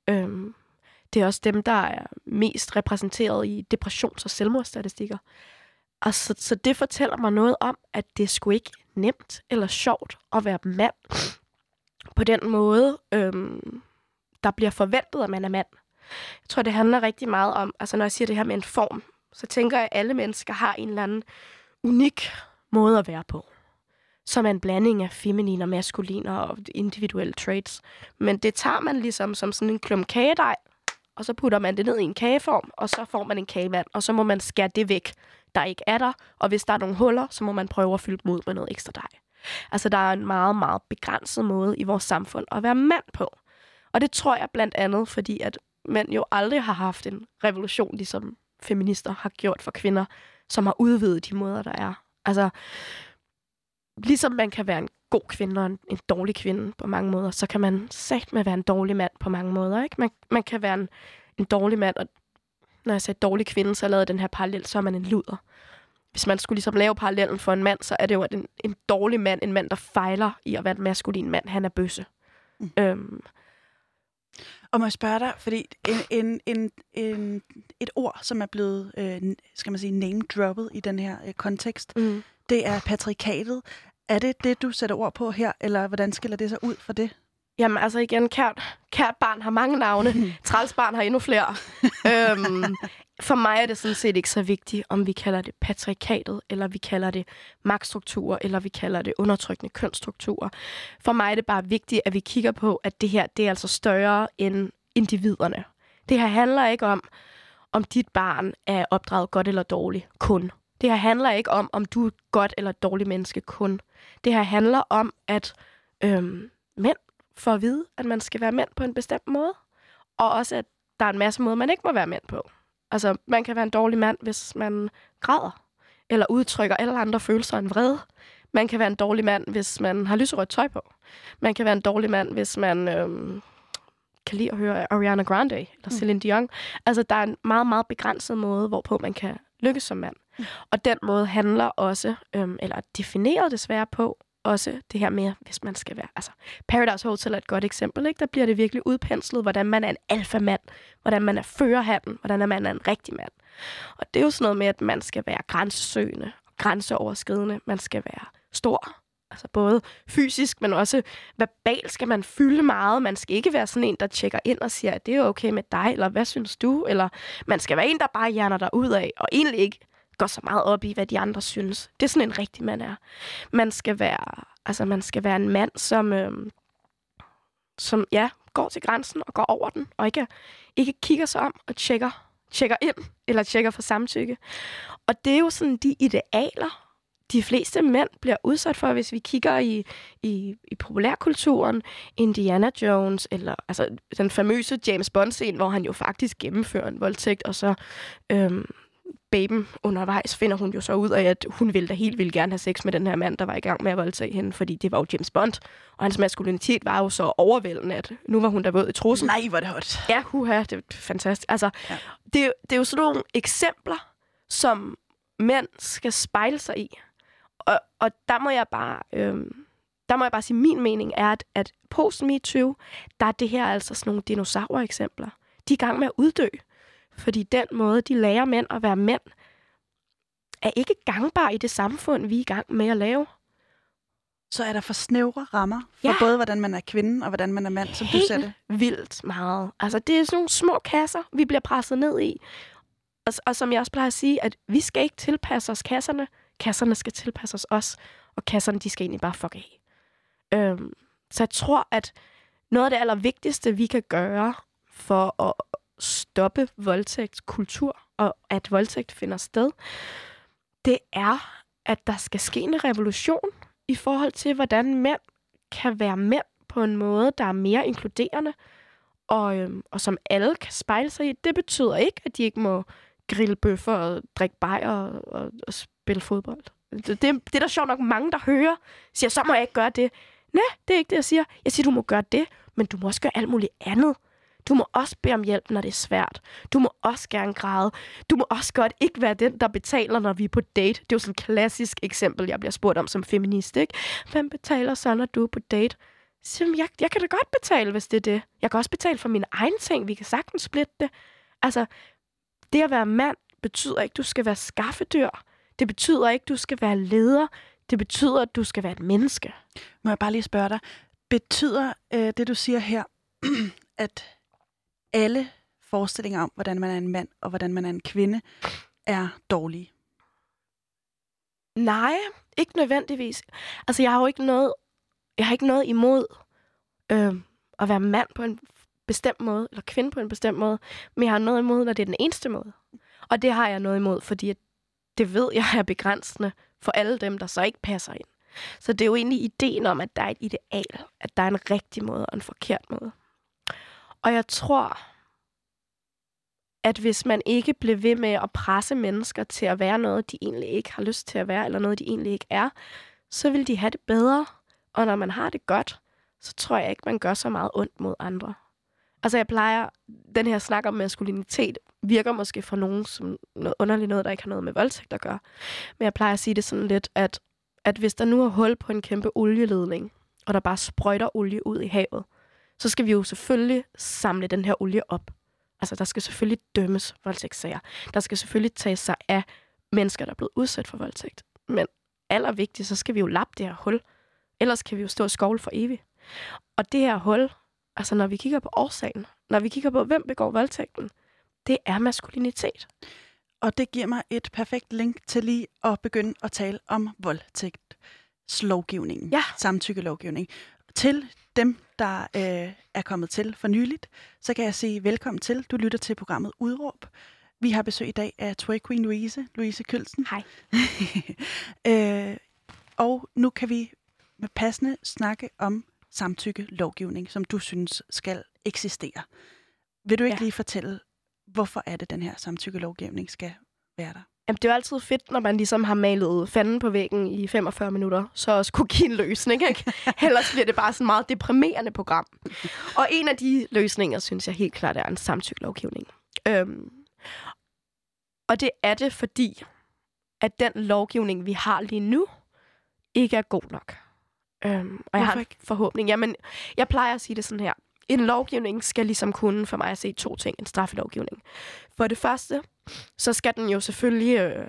Det er også dem, der er mest repræsenteret i depressions- og selvmordsstatistikker. Altså, så det fortæller mig noget om, at det er sgu ikke nemt eller sjovt at være mand på den måde, der bliver forventet, at man er mand. Jeg tror, det handler rigtig meget om, altså når jeg siger det her med en form, så tænker jeg, at alle mennesker har en eller anden unik måde at være på, som er en blanding af feminin og maskulin og individuelle traits. Men det tager man ligesom som sådan en klump kagedej, og så putter man det ned i en kageform, og så får man en kagemand, og så må man skære det væk, der ikke er der. Og hvis der er nogle huller, så må man prøve at fylde dem ud med noget ekstra dej. Altså, der er en meget, meget begrænset måde i vores samfund at være mand på. Og det tror jeg blandt andet, fordi at mænd jo aldrig har haft en revolution, ligesom feminister har gjort for kvinder, som har udvidet de måder, der er. Altså, ligesom man kan være en god kvinde og en dårlig kvinde på mange måder, så kan man satme være en dårlig mand på mange måder, ikke? Man kan være en dårlig mand, og når jeg sagde dårlig kvinde, så lavede den her parallel, så er man en luder. Hvis man skulle ligesom lave parallellen for en mand, så er det jo, at en dårlig mand, en mand, der fejler i at være en maskulin mand, han er bøsse. Og må jeg spørge dig, fordi et ord, som er blevet, skal man sige, name-droppet i den her kontekst, det er patriarkatet. Er det, du sætter ord på her, eller hvordan skiller det sig ud for det? Jamen altså igen, kært barn har mange navne. Træls barn har endnu flere. For mig er det sådan set ikke så vigtigt, om vi kalder det patriarkatet, eller vi kalder det magtstrukturer, eller vi kalder det undertrykkende kønsstrukturer. For mig er det bare vigtigt, at vi kigger på, at det her, det er altså større end individerne. Det her handler ikke om dit barn er opdraget godt eller dårligt, kun. Det her handler ikke om du er et godt eller et dårligt menneske, kun. Det her handler om, at mænd får at vide, at man skal være mænd på en bestemt måde, og også, at der er en masse måder, man ikke må være mænd på. Altså, man kan være en dårlig mand, hvis man græder, eller udtrykker alle andre følelser end vrede. Man kan være en dårlig mand, hvis man har lyserødt tøj på. Man kan være en dårlig mand, hvis man kan lide at høre Ariana Grande eller Celine Dion. Altså, der er en meget, meget begrænset måde, hvorpå man kan lykkes som mand. Og den måde handler også, eller definerer desværre på, også det her med, hvis man skal være... Altså, Paradise Hotel er et godt eksempel, ikke? Der bliver det virkelig udpenslet, hvordan man er en alfamand, hvordan man er førerhatten, hvordan man er en rigtig mand. Og det er jo sådan noget med, at man skal være grænsesøgende og grænseoverskridende. Man skal være stor, altså både fysisk, men også verbalt skal man fylde meget. Man skal ikke være sådan en, der tjekker ind og siger, at det er okay med dig, eller hvad synes du? Eller man skal være en, der bare hjerner dig ud af, og egentlig ikke går så meget op i, hvad de andre synes. Det er sådan en rigtig mand er. Man skal være en mand, som går til grænsen og går over den, og ikke kigger sig om og tjekker tjekker ind, eller tjekker for samtykke. Og det er jo sådan de idealer, de fleste mænd bliver udsat for, hvis vi kigger i populærkulturen. Indiana Jones, eller altså den famøse James Bond-scene, hvor han jo faktisk gennemfører en voldtægt, og så baben undervejs finder hun jo så ud af, at hun ville da helt vildt gerne have sex med den her mand, der var i gang med at voldtage hende, fordi det var jo James Bond, og hans maskulinitet var jo så overvældende, at nu var hun der våd i trussen. Nej, hvor er det hot. Ja, det er fantastisk. Altså, det er jo sådan nogle eksempler, som mænd skal spejle sig i. Og der må jeg bare sige, min mening er, at post-MeToo, der er det her altså sådan nogle dinosaurer-eksempler. De er i gang med at uddø. Fordi den måde, de lærer mænd at være mænd, er ikke gangbar i det samfund, vi er i gang med at lave. Så er der for snævre rammer for både, hvordan man er kvinde og hvordan man er mand, som du ser det? Vildt meget. Altså, det er sådan nogle små kasser, vi bliver presset ned i. Og som jeg også plejer at sige, at vi skal ikke tilpasse os kasserne. Kasserne skal tilpasse os, og kasserne, de skal egentlig bare fuck af. Så jeg tror, at noget af det allervigtigste, vi kan gøre for at stoppe voldtægtskultur, og at voldtægt finder sted, det er, at der skal ske en revolution i forhold til, hvordan mænd kan være mænd på en måde, der er mere inkluderende, og som alle kan spejle sig i. Det betyder ikke, at de ikke må grille bøffer og drikke bajer og spille fodbold. Det er der sjovt nok mange, der hører, siger, så må jeg ikke gøre det. Nej, det er ikke det, jeg siger. Jeg siger, du må gøre det, men du må også gøre alt muligt andet. Du må også bede om hjælp, når det er svært. Du må også gerne græde. Du må også godt ikke være den, der betaler, når vi er på date. Det er jo sådan et klassisk eksempel, jeg bliver spurgt om som feminist, ikke? Hvem betaler så, når du er på date? Så jeg kan da godt betale, hvis det er det. Jeg kan også betale for mine egne ting. Vi kan sagtens splitte det. Altså, det at være mand betyder ikke, at du skal være skaffedyr. Det betyder ikke, at du skal være leder. Det betyder, at du skal være et menneske. Må jeg bare lige spørge dig. Betyder det, du siger her, at alle forestillinger om, hvordan man er en mand og hvordan man er en kvinde, er dårlige? Nej, ikke nødvendigvis. Altså, jeg har ikke noget imod at være mand på en bestemt måde, eller kvinde på en bestemt måde, men jeg har noget imod, når det er den eneste måde. Og det har jeg noget imod, fordi det ved jeg er begrænsende for alle dem, der så ikke passer ind. Så det er jo egentlig ideen om, at der er et ideal, at der er en rigtig måde og en forkert måde. Og jeg tror, at hvis man ikke bliver ved med at presse mennesker til at være noget, de egentlig ikke har lyst til at være, eller noget, de egentlig ikke er, så vil de have det bedre. Og når man har det godt, så tror jeg ikke, man gør så meget ondt mod andre. Altså jeg plejer, den her snak om maskulinitet virker måske for nogen som noget underligt noget, der ikke har noget med voldtægt at gøre. Men jeg plejer at sige det sådan lidt, at hvis der nu er hul på en kæmpe olieledning, og der bare sprøjter olie ud i havet, så skal vi jo selvfølgelig samle den her olie op. Altså, der skal selvfølgelig dømmes voldtægtssager. Der skal selvfølgelig tages sig af mennesker, der er blevet udsat for voldtægt. Men allervigtigst, så skal vi jo lappe det her hul. Ellers kan vi jo stå og skovle for evigt. Og det her hul, altså når vi kigger på årsagen, når vi kigger på, hvem begår voldtægten, det er maskulinitet. Og det giver mig et perfekt link til lige at begynde at tale om voldtægtslovgivningen, samtykkelovgivning. Til dem, der er kommet til for nyligt, så kan jeg sige velkommen til. Du lytter til programmet Udråb. Vi har besøg i dag af Twerk Queen Louise Kølsen. Hej. Og nu kan vi med passende snakke om samtykkelovgivning, som du synes skal eksistere. Vil du ikke lige fortælle, hvorfor er det, den her samtykkelovgivning skal være der? Jamen, det er jo altid fedt, når man ligesom har malet fanden på væggen i 45 minutter, så også kunne give en løsning, ikke? Ellers bliver det bare sådan et meget deprimerende program. Og en af de løsninger, synes jeg helt klart, er en samtykkelovgivning. Og det er det, fordi at den lovgivning, vi har lige nu, ikke er god nok. Og jeg har en forhåbning. Jamen, jeg plejer at sige det sådan her. En lovgivning skal ligesom kunne for mig at se to ting. En straffelovgivning. For det første, så skal den jo selvfølgelig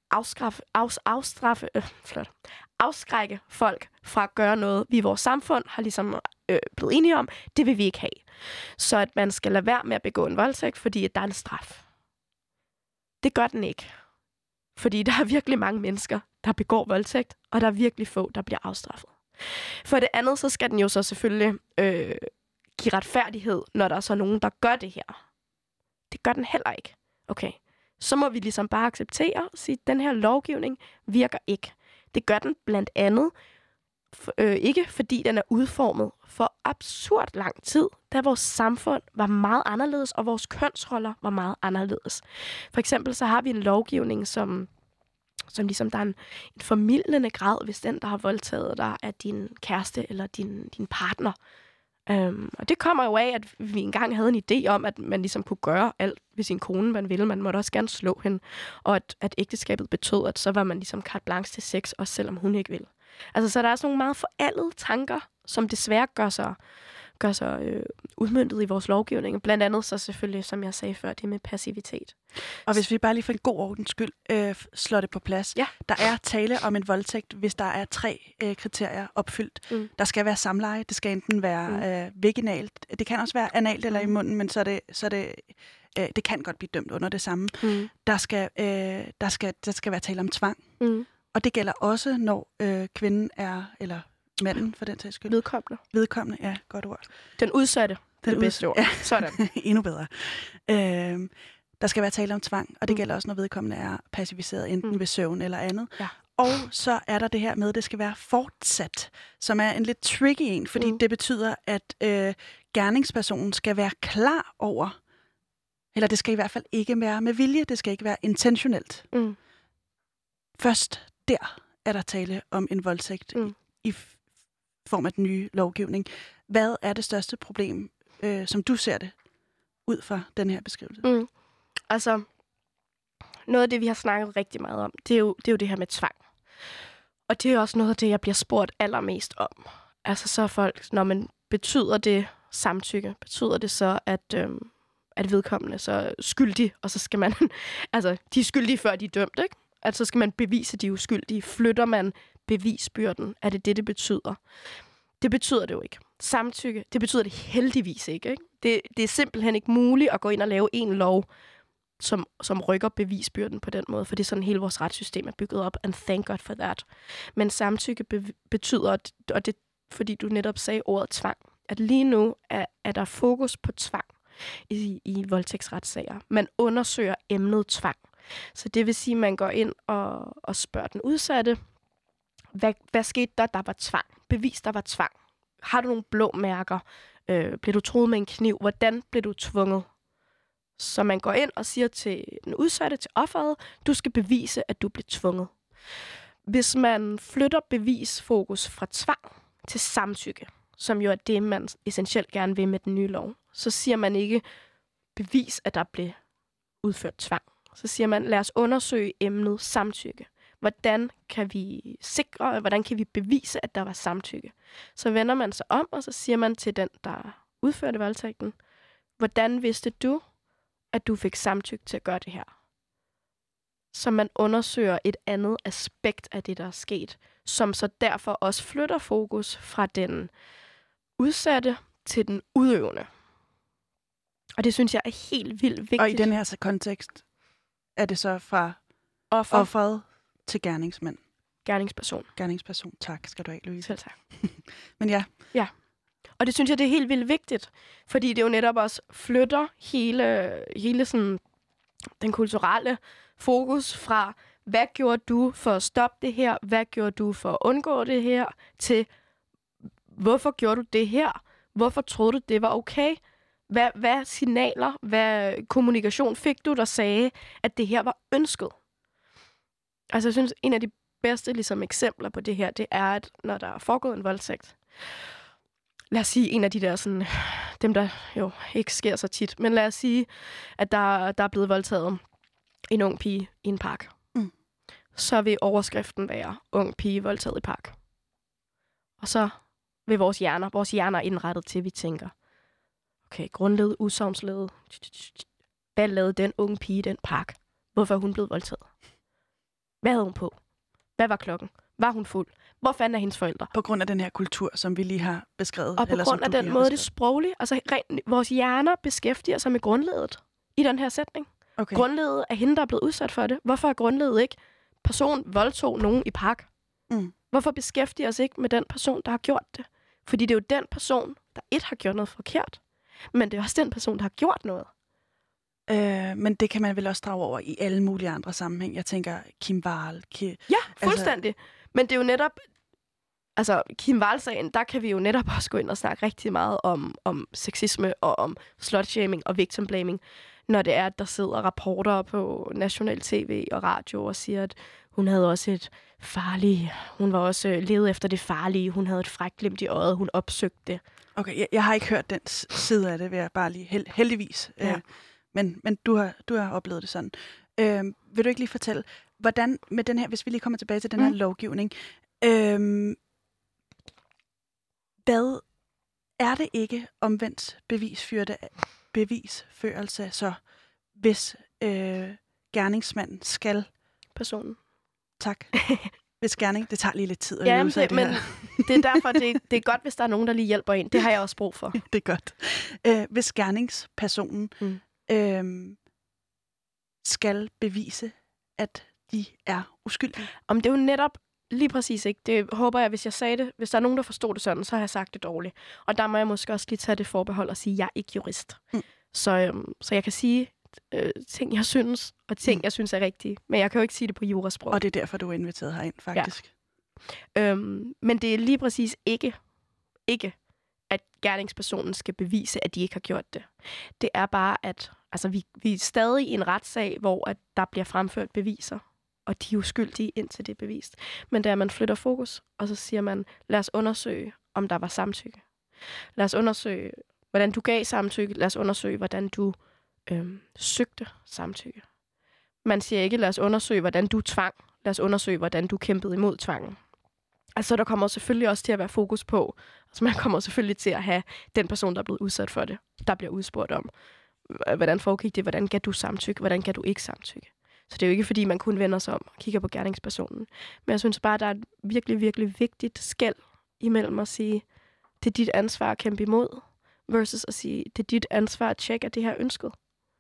afskrække folk fra at gøre noget, vi i vores samfund har ligesom blevet enige om. Det vil vi ikke have. Så at man skal lade være med at begå en voldtægt, fordi at der er en straf. Det gør den ikke. Fordi der er virkelig mange mennesker, der begår voldtægt, og der er virkelig få, der bliver afstraffet. For det andet, så skal den jo så selvfølgelig give retfærdighed, når der er så nogen, der gør det her. Det gør den heller ikke. okay, så må vi ligesom bare acceptere og sige, at den her lovgivning virker ikke. Det gør den blandt andet ikke, fordi den er udformet for absurd lang tid, da vores samfund var meget anderledes, og vores kønsroller var meget anderledes. For eksempel så har vi en lovgivning, som ligesom der er en formildende grad, hvis den, der har voldtaget dig, er din kæreste eller din partner. Og det kommer jo af, at vi engang havde en idé om, at man ligesom kunne gøre alt ved sin kone, man ville. Man måtte også gerne slå hende. Og at ægteskabet betød, at så var man ligesom carte blanche til sex, også selvom hun ikke ville. Altså, så der er sådan nogle meget forældede tanker, som desværre gør sig udmøntet i vores lovgivning. Blandt andet så selvfølgelig, som jeg sagde før, det med passivitet. Og hvis vi bare lige for en god ordens skyld slår det på plads. Ja. Der er tale om en voldtægt, hvis der er 3 kriterier opfyldt. Der skal være samleje, det skal enten være vaginalt, det kan også være analt eller i munden, men så er det det kan godt blive dømt under det samme. Der skal være tale om tvang. Og det gælder også, når kvinden er, eller manden for den sags skyld. Vedkommende, ja, godt ord. Den udsatte, det bedste ord. Ja. Sådan. Endnu bedre. Der skal være tale om tvang, og det gælder også, når vedkommende er passiviseret, enten ved søvn eller andet. Ja. Og så er der det her med, at det skal være fortsat, som er en lidt tricky en, fordi det betyder, at gerningspersonen skal være klar over, eller det skal i hvert fald ikke være med vilje, det skal ikke være intentionelt. Først der er der tale om en voldtægt i form af den nye lovgivning. Hvad er det største problem, som du ser det, ud fra den her beskrivelse? Altså, noget af det, vi har snakket rigtig meget om, det er jo det her med tvang. Og det er også noget af det, jeg bliver spurgt allermest om. Altså, så er folk, når man betyder det samtykke, betyder det så, at vedkommende så er skyldig, og så skal man, altså, de er skyldige, før de er dømt, ikke? At så skal man bevise, at de er uskyldige. Flytter man bevisbyrden? Er det betyder? Det betyder det jo ikke. Samtykke, det betyder det heldigvis ikke? Det er simpelthen ikke muligt at gå ind og lave en lov, som rykker bevisbyrden på den måde, for det er sådan hele vores retssystem er bygget op, and thank God for that. Men samtykke betyder, og det fordi du netop sagde ordet tvang, at lige nu er der fokus på tvang i voldtægtsretssager. Man undersøger emnet tvang. Så det vil sige, at man går ind og spørger den udsatte, hvad skete der var tvang? Bevis, der var tvang. Har du nogle blå mærker? Blev du truet med en kniv? Hvordan blev du tvunget? Så man går ind og siger til den udsatte, til offeret, du skal bevise, at du blev tvunget. Hvis man flytter bevisfokus fra tvang til samtykke, som jo er det, man essentielt gerne vil med den nye lov, så siger man ikke bevis, at der blev udført tvang. Så siger man, lad os undersøge emnet samtykke. Hvordan kan vi sikre, hvordan kan vi bevise, at der var samtykke? Så vender man sig om, og så siger man til den, der udførte voldtægten, hvordan vidste du, at du fik samtykke til at gøre det her? Så man undersøger et andet aspekt af det, der er sket, som så derfor også flytter fokus fra den udsatte til den udøvende. Og det synes jeg er helt vildt vigtigt. Og i den her kontekst er det så fra offeret til gerningsmand. Gerningsperson. Tak skal du have, Louise. Selv tak. Men ja. Ja. Og det synes jeg, det er helt vildt vigtigt. Fordi det jo netop også flytter hele sådan, den kulturelle fokus fra, hvad gjorde du for at stoppe det her? Hvad gjorde du for at undgå det her? Til, hvorfor gjorde du det her? Hvorfor troede du, det var okay? Hvad signaler, hvad kommunikation fik du, der sagde, at det her var ønsket? Altså, jeg synes, en af de bedste ligesom, eksempler på det her, det er, at når der er foregået en voldtægt, lad os sige, en af de der sådan, dem der jo ikke sker så tit, men lad os sige, at der er blevet voldtaget en ung pige i en park. Så vil overskriften være, ung pige voldtaget i park. Og så vil vores hjerner er indrettet til, at vi tænker, okay, grundled, udsagnsledet. Hvad lavede den unge pige i den park? Hvorfor er hun blevet voldtaget? Hvad havde hun på? Hvad var klokken? Var hun fuld? Hvor fanden er hendes forældre? På grund af den her kultur, som vi lige har beskrevet. Og på grund af den måde, det er sprogligt. Altså, vores hjerner beskæftiger sig med grundledet i den her sætning. Okay. Grundledet er hende, der er blevet udsat for det. Hvorfor er grundledet ikke person voldtog nogen i park? Hvorfor beskæftiger os ikke med den person, der har gjort det? Fordi det er jo den person, der har gjort noget forkert. Men det er også den person, der har gjort noget. Men det kan man vel også drage over i alle mulige andre sammenhæng. Jeg tænker Kim Wall. Ja, fuldstændig. Altså, men det er jo netop... Altså, Kim Wall-sagen, der kan vi jo netop også gå ind og snakke rigtig meget om sexisme og om slut-shaming og victim-blaming, når det er, at der sidder rapporter på national tv og radio og siger, at hun havde også et farligt... Hun var også levet efter det farlige. Hun havde et frækglimt i øjet. Hun opsøgte det. Okay, jeg har ikke hørt den side af det, vil jeg bare lige heldigvis. Ja. Men du har oplevet det sådan. Vil du ikke lige fortælle, hvordan med den her, hvis vi lige kommer tilbage til den her lovgivning, hvad er det ikke omvendt bevisførelse, så hvis gerningsmanden skal... Personen. Tak. Hvis gerning, det tager lige lidt tid at øve sig det men det er derfor, det er godt, hvis der er nogen, der lige hjælper ind. Det har jeg også brug for. Det er godt. Hvis gerningspersonen skal bevise, at de er uskyldige. Om det er jo netop lige præcis ikke. Det håber jeg, hvis jeg sagde det. Hvis der er nogen, der forstod det sådan, så har jeg sagt det dårligt. Og der må jeg måske også lige tage det forbehold og sige, at jeg er ikke jurist. Så jeg kan sige ting, jeg synes, og ting, jeg synes er rigtige. Men jeg kan jo ikke sige det på jurasprog. Og det er derfor, du er inviteret herind, faktisk. Ja. Men det er lige præcis ikke, at gerningspersonen skal bevise, at de ikke har gjort det. Det er bare, at vi er stadig i en retssag, hvor at der bliver fremført beviser, og de er uskyldige indtil det er bevist. Men der man flytter fokus, og så siger man, lad os undersøge, om der var samtykke. Lad os undersøge, hvordan du gav samtykke. Lad os undersøge, hvordan du søgte samtykke. Man siger ikke, lad os undersøge, hvordan du tvang. Lad os undersøge, hvordan du kæmpede imod tvangen. Altså, der kommer selvfølgelig også til at være fokus på, altså man kommer selvfølgelig til at have den person, der er blevet udsat for det, der bliver udspurgt om, hvordan foregik det, hvordan gav du samtykke, hvordan gav du ikke samtykke. Så det er jo ikke, fordi man kun vender sig om og kigger på gerningspersonen. Men jeg synes bare, der er et virkelig, virkelig vigtigt skel imellem at sige, det er dit ansvar at kæmpe imod, versus at sige, det er dit ansvar at tjekke, at det her ønsket.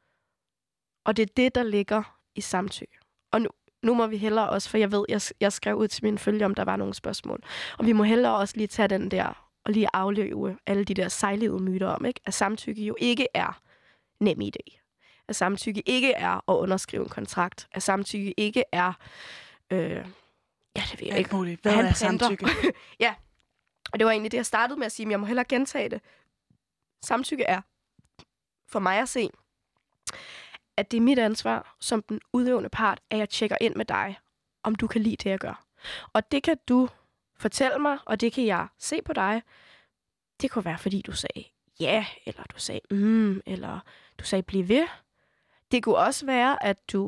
Og det er det, der ligger i samtykke. Og nu må vi hellere også, for jeg ved, jeg skrev ud til mine følgere, om der var nogle spørgsmål. Og vi må hellere også lige tage den der, og lige afløbe alle de der sejlivede myter om, ikke? At samtykke jo ikke er nem idé. At samtykke ikke er at underskrive en kontrakt. At samtykke ikke er... det ved jeg ikke. Muligt. Hvad er samtykke? Ja, og det var egentlig det, jeg startede med at sige, men jeg må hellere gentage det. Samtykke er, for mig at se, at det er mit ansvar som den udøvende part, at jeg tjekker ind med dig, om du kan lide det, jeg gør. Og det kan du fortælle mig, og det kan jeg se på dig. Det kunne være, fordi du sagde ja, eller du sagde eller du sagde bliv ved. Det kunne også være,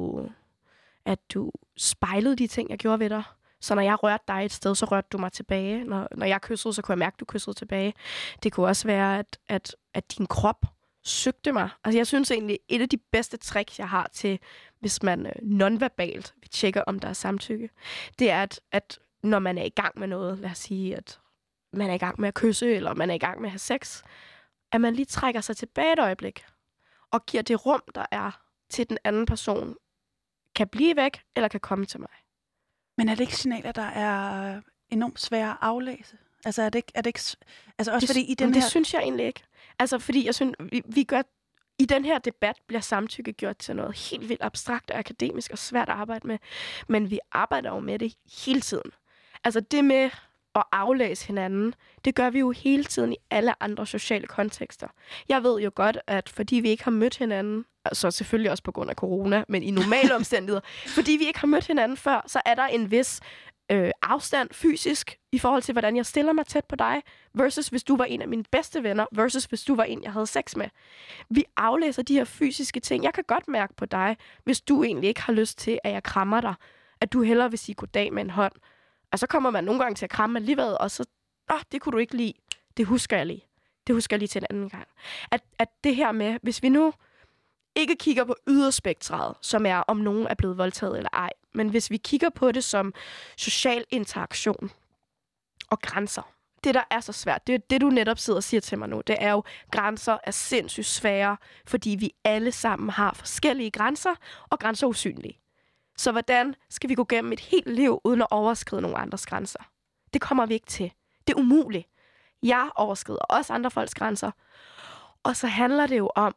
at du spejlede de ting, jeg gjorde ved dig. Så når jeg rørte dig et sted, så rørte du mig tilbage. Når jeg kyssede, så kunne jeg mærke, at du kyssede tilbage. Det kunne også være, at din krop søgte mig. Altså, jeg synes egentlig, et af de bedste tricks, jeg har til, hvis man nonverbalt vil tjekke, om der er samtykke, det er, at når man er i gang med noget, lad os sige, at man er i gang med at kysse, eller man er i gang med at have sex, at man lige trækker sig tilbage et øjeblik, og giver det rum, der er til den anden person, kan blive væk, eller kan komme til mig. Men er det ikke signaler, der er enormt svære at aflæse? Altså, er det ikke altså også fordi i den her... Det synes jeg egentlig ikke. Altså, fordi jeg synes, vi gør... I den her debat bliver samtykke gjort til noget helt vildt abstrakt og akademisk og svært at arbejde med. Men vi arbejder jo med det hele tiden. Altså, det med at aflæse hinanden, det gør vi jo hele tiden i alle andre sociale kontekster. Jeg ved jo godt, at fordi vi ikke har mødt hinanden, altså selvfølgelig også på grund af corona, men i normale omstændigheder, fordi vi ikke har mødt hinanden før, så er der en vis afstand fysisk i forhold til, hvordan jeg stiller mig tæt på dig, versus hvis du var en af mine bedste venner, versus hvis du var en, jeg havde sex med. Vi aflæser de her fysiske ting. Jeg kan godt mærke på dig, hvis du egentlig ikke har lyst til, at jeg krammer dig, at du hellere vil sige goddag med en hånd. Og så kommer man nogle gange til at kramme alligevel, og så, det kunne du ikke lide. Det husker jeg lige. Det husker jeg lige til en anden gang. At det her med, hvis vi nu ikke kigger på yderspektret, som er, om nogen er blevet voldtaget eller ej, men hvis vi kigger på det som social interaktion og grænser, det der er så svært, det er det, du netop sidder og siger til mig nu, det er jo, grænser er sindssygt svære, fordi vi alle sammen har forskellige grænser, og grænser er usynlige. Så hvordan skal vi gå gennem et helt liv, uden at overskride nogle andres grænser? Det kommer vi ikke til. Det er umuligt. Jeg overskrider også andre folks grænser. Og så handler det jo om,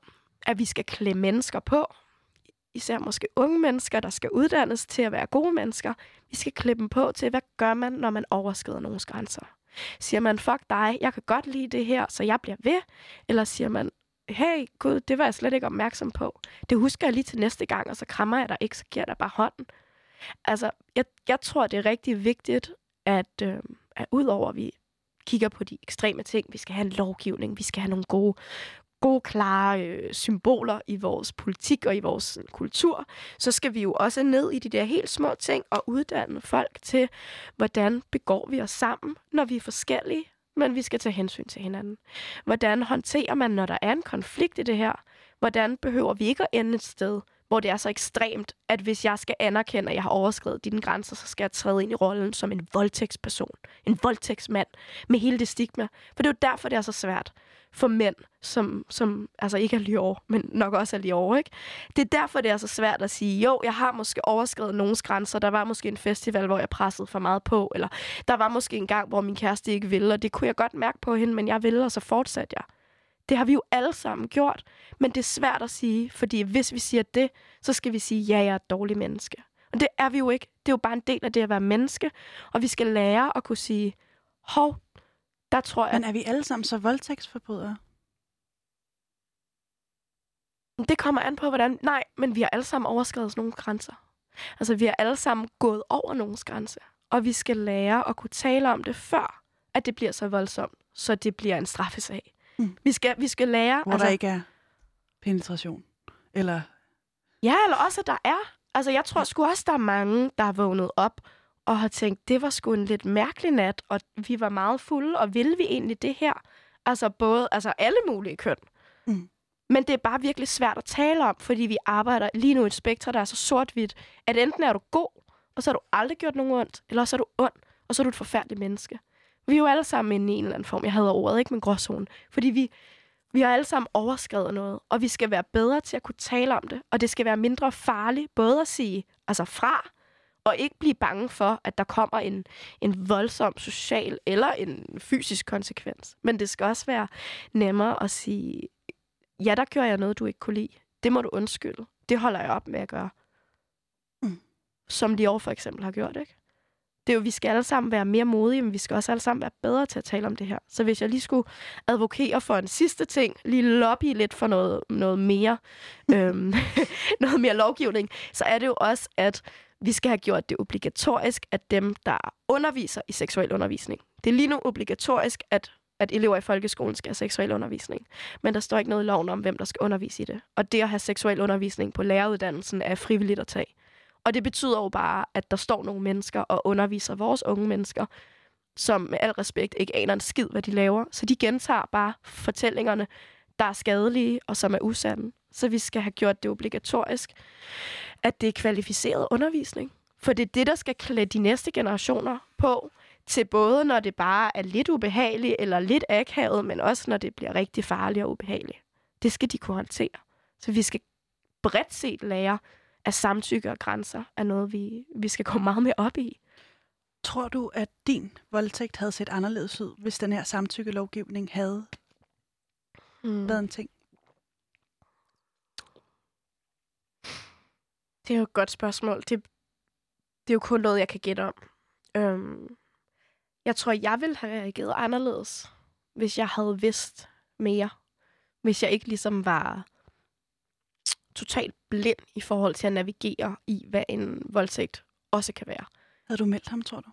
at vi skal klæde mennesker på. Især måske unge mennesker, der skal uddannes til at være gode mennesker. Vi skal klæde dem på til, hvad gør man, når man overskrider nogens grænser. Siger man, fuck dig, jeg kan godt lide det her, så jeg bliver ved? Eller siger man, hey, gud, det var jeg slet ikke opmærksom på. Det husker jeg lige til næste gang, og så krammer jeg dig ikke, så giver jeg dig bare hånden. Altså, jeg tror, det er rigtig vigtigt, at udover at vi kigger på de ekstreme ting, vi skal have en lovgivning, vi skal have nogle gode, klare symboler i vores politik og i vores kultur, så skal vi jo også ned i de der helt små ting og uddanne folk til, hvordan begår vi os sammen, når vi er forskellige, men vi skal tage hensyn til hinanden. Hvordan håndterer man, når der er en konflikt i det her? Hvordan behøver vi ikke at ende et sted, hvor det er så ekstremt, at hvis jeg skal anerkende, at jeg har overskredet dine grænser, så skal jeg træde ind i rollen som en voldtægtsperson, en voldtægtsmand, med hele det stigma. For det er jo derfor, det er så svært for mænd, som altså ikke er Lior, men nok også er Lior, ikke? Det er derfor, det er så svært at sige, jo, jeg har måske overskredet nogens grænser, der var måske en festival, hvor jeg pressede for meget på, eller der var måske en gang, hvor min kæreste ikke ville, og det kunne jeg godt mærke på hende, men jeg ville, og så fortsatte jeg. Det har vi jo alle sammen gjort, men det er svært at sige, fordi hvis vi siger det, så skal vi sige, ja, jeg er et dårligt menneske. Og det er vi jo ikke. Det er jo bare en del af det at være menneske, og vi skal lære at kunne sige, hov, der tror jeg... Men er vi alle sammen så voldtægtsforbrydere? Det kommer an på, hvordan... Nej, men vi har alle sammen overskredet nogle grænser. Altså, vi har alle sammen gået over nogens grænse, og vi skal lære at kunne tale om det, før at det bliver så voldsomt, så det bliver en straffesag. Vi skal lære... Hvor der ikke er penetration, eller... Ja, eller også, at der er. Altså, jeg tror sgu også, der er mange, der har vågnet op og har tænkt, det var sgu en lidt mærkelig nat, og vi var meget fulde, og ville vi egentlig det her? Altså, alle mulige køn. Men det er bare virkelig svært at tale om, fordi vi arbejder lige nu i et spektrum, der er så sort-hvidt, at enten er du god, og så har du aldrig gjort nogen ondt, eller så er du ond, og så er du et forfærdeligt menneske. Vi er jo alle sammen inde i en eller anden form. Jeg hader ordet, ikke, men gråzone. Fordi vi har alle sammen overskrevet noget, og vi skal være bedre til at kunne tale om det, og det skal være mindre farligt, både at sige fra, og ikke blive bange for, at der kommer en voldsom social eller en fysisk konsekvens. Men det skal også være nemmere at sige, ja, der gjorde jeg noget, du ikke kunne lide. Det må du undskylde. Det holder jeg op med at gøre. Som Lior for eksempel har gjort, ikke? Det er jo, vi skal alle sammen være mere modige, men vi skal også alle sammen være bedre til at tale om det her. Så hvis jeg lige skulle advokere for en sidste ting, lige lobby lidt for noget mere, noget mere lovgivning, så er det jo også, at vi skal have gjort det obligatorisk, at dem, der underviser i seksuel undervisning, det er lige nu obligatorisk, at elever i folkeskolen skal have seksuel undervisning. Men der står ikke noget i loven om, hvem der skal undervise i det. Og det at have seksuel undervisning på læreruddannelsen er frivilligt at tage. Og det betyder jo bare, at der står nogle mennesker og underviser vores unge mennesker, som med al respekt ikke aner en skid, hvad de laver. Så de gentager bare fortællingerne, der er skadelige og som er usande. Så vi skal have gjort det obligatorisk, at det er kvalificeret undervisning. For det er det, der skal klæde de næste generationer på, til både når det bare er lidt ubehageligt eller lidt akavet, men også når det bliver rigtig farligt og ubehageligt. Det skal de kunne håndtere. Så vi skal bredt set lære, at samtykke og grænser er noget, vi skal komme meget mere op i. Tror du, at din voldtægt havde set anderledes ud, hvis den her samtykkelovgivning havde været en ting? Det er jo et godt spørgsmål. Det er jo kun noget, jeg kan gætte om. Jeg tror, jeg ville have reageret anderledes, hvis jeg havde vidst mere. Hvis jeg ikke ligesom var totalt blind i forhold til at navigere i, hvad en voldtægt også kan være. Havde du meldt ham, tror du?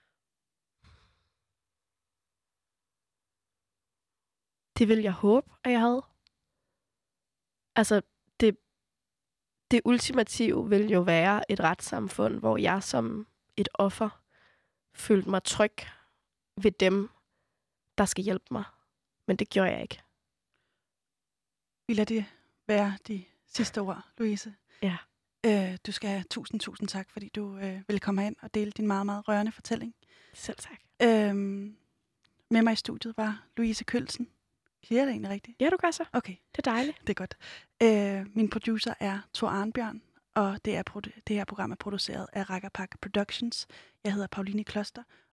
Det vil jeg håbe, at jeg havde. Altså, det ultimative vil jo være et retssamfund, hvor jeg som et offer følte mig tryg ved dem, der skal hjælpe mig. Men det gjorde jeg ikke. Vi lader det være de sidste ord, Louise. Ja. Du skal have tusind tak, fordi du ville komme ind og dele din meget, meget rørende fortælling. Selv tak. Med mig i studiet var Louise Kølsen. Siger det egentlig rigtigt? Ja, du gør så. Okay. Det er dejligt. Det er godt. Min producer er Thor Arnbjørn, og det her program er produceret af Rakkerpak Productions. Jeg hedder Pauline Kloster,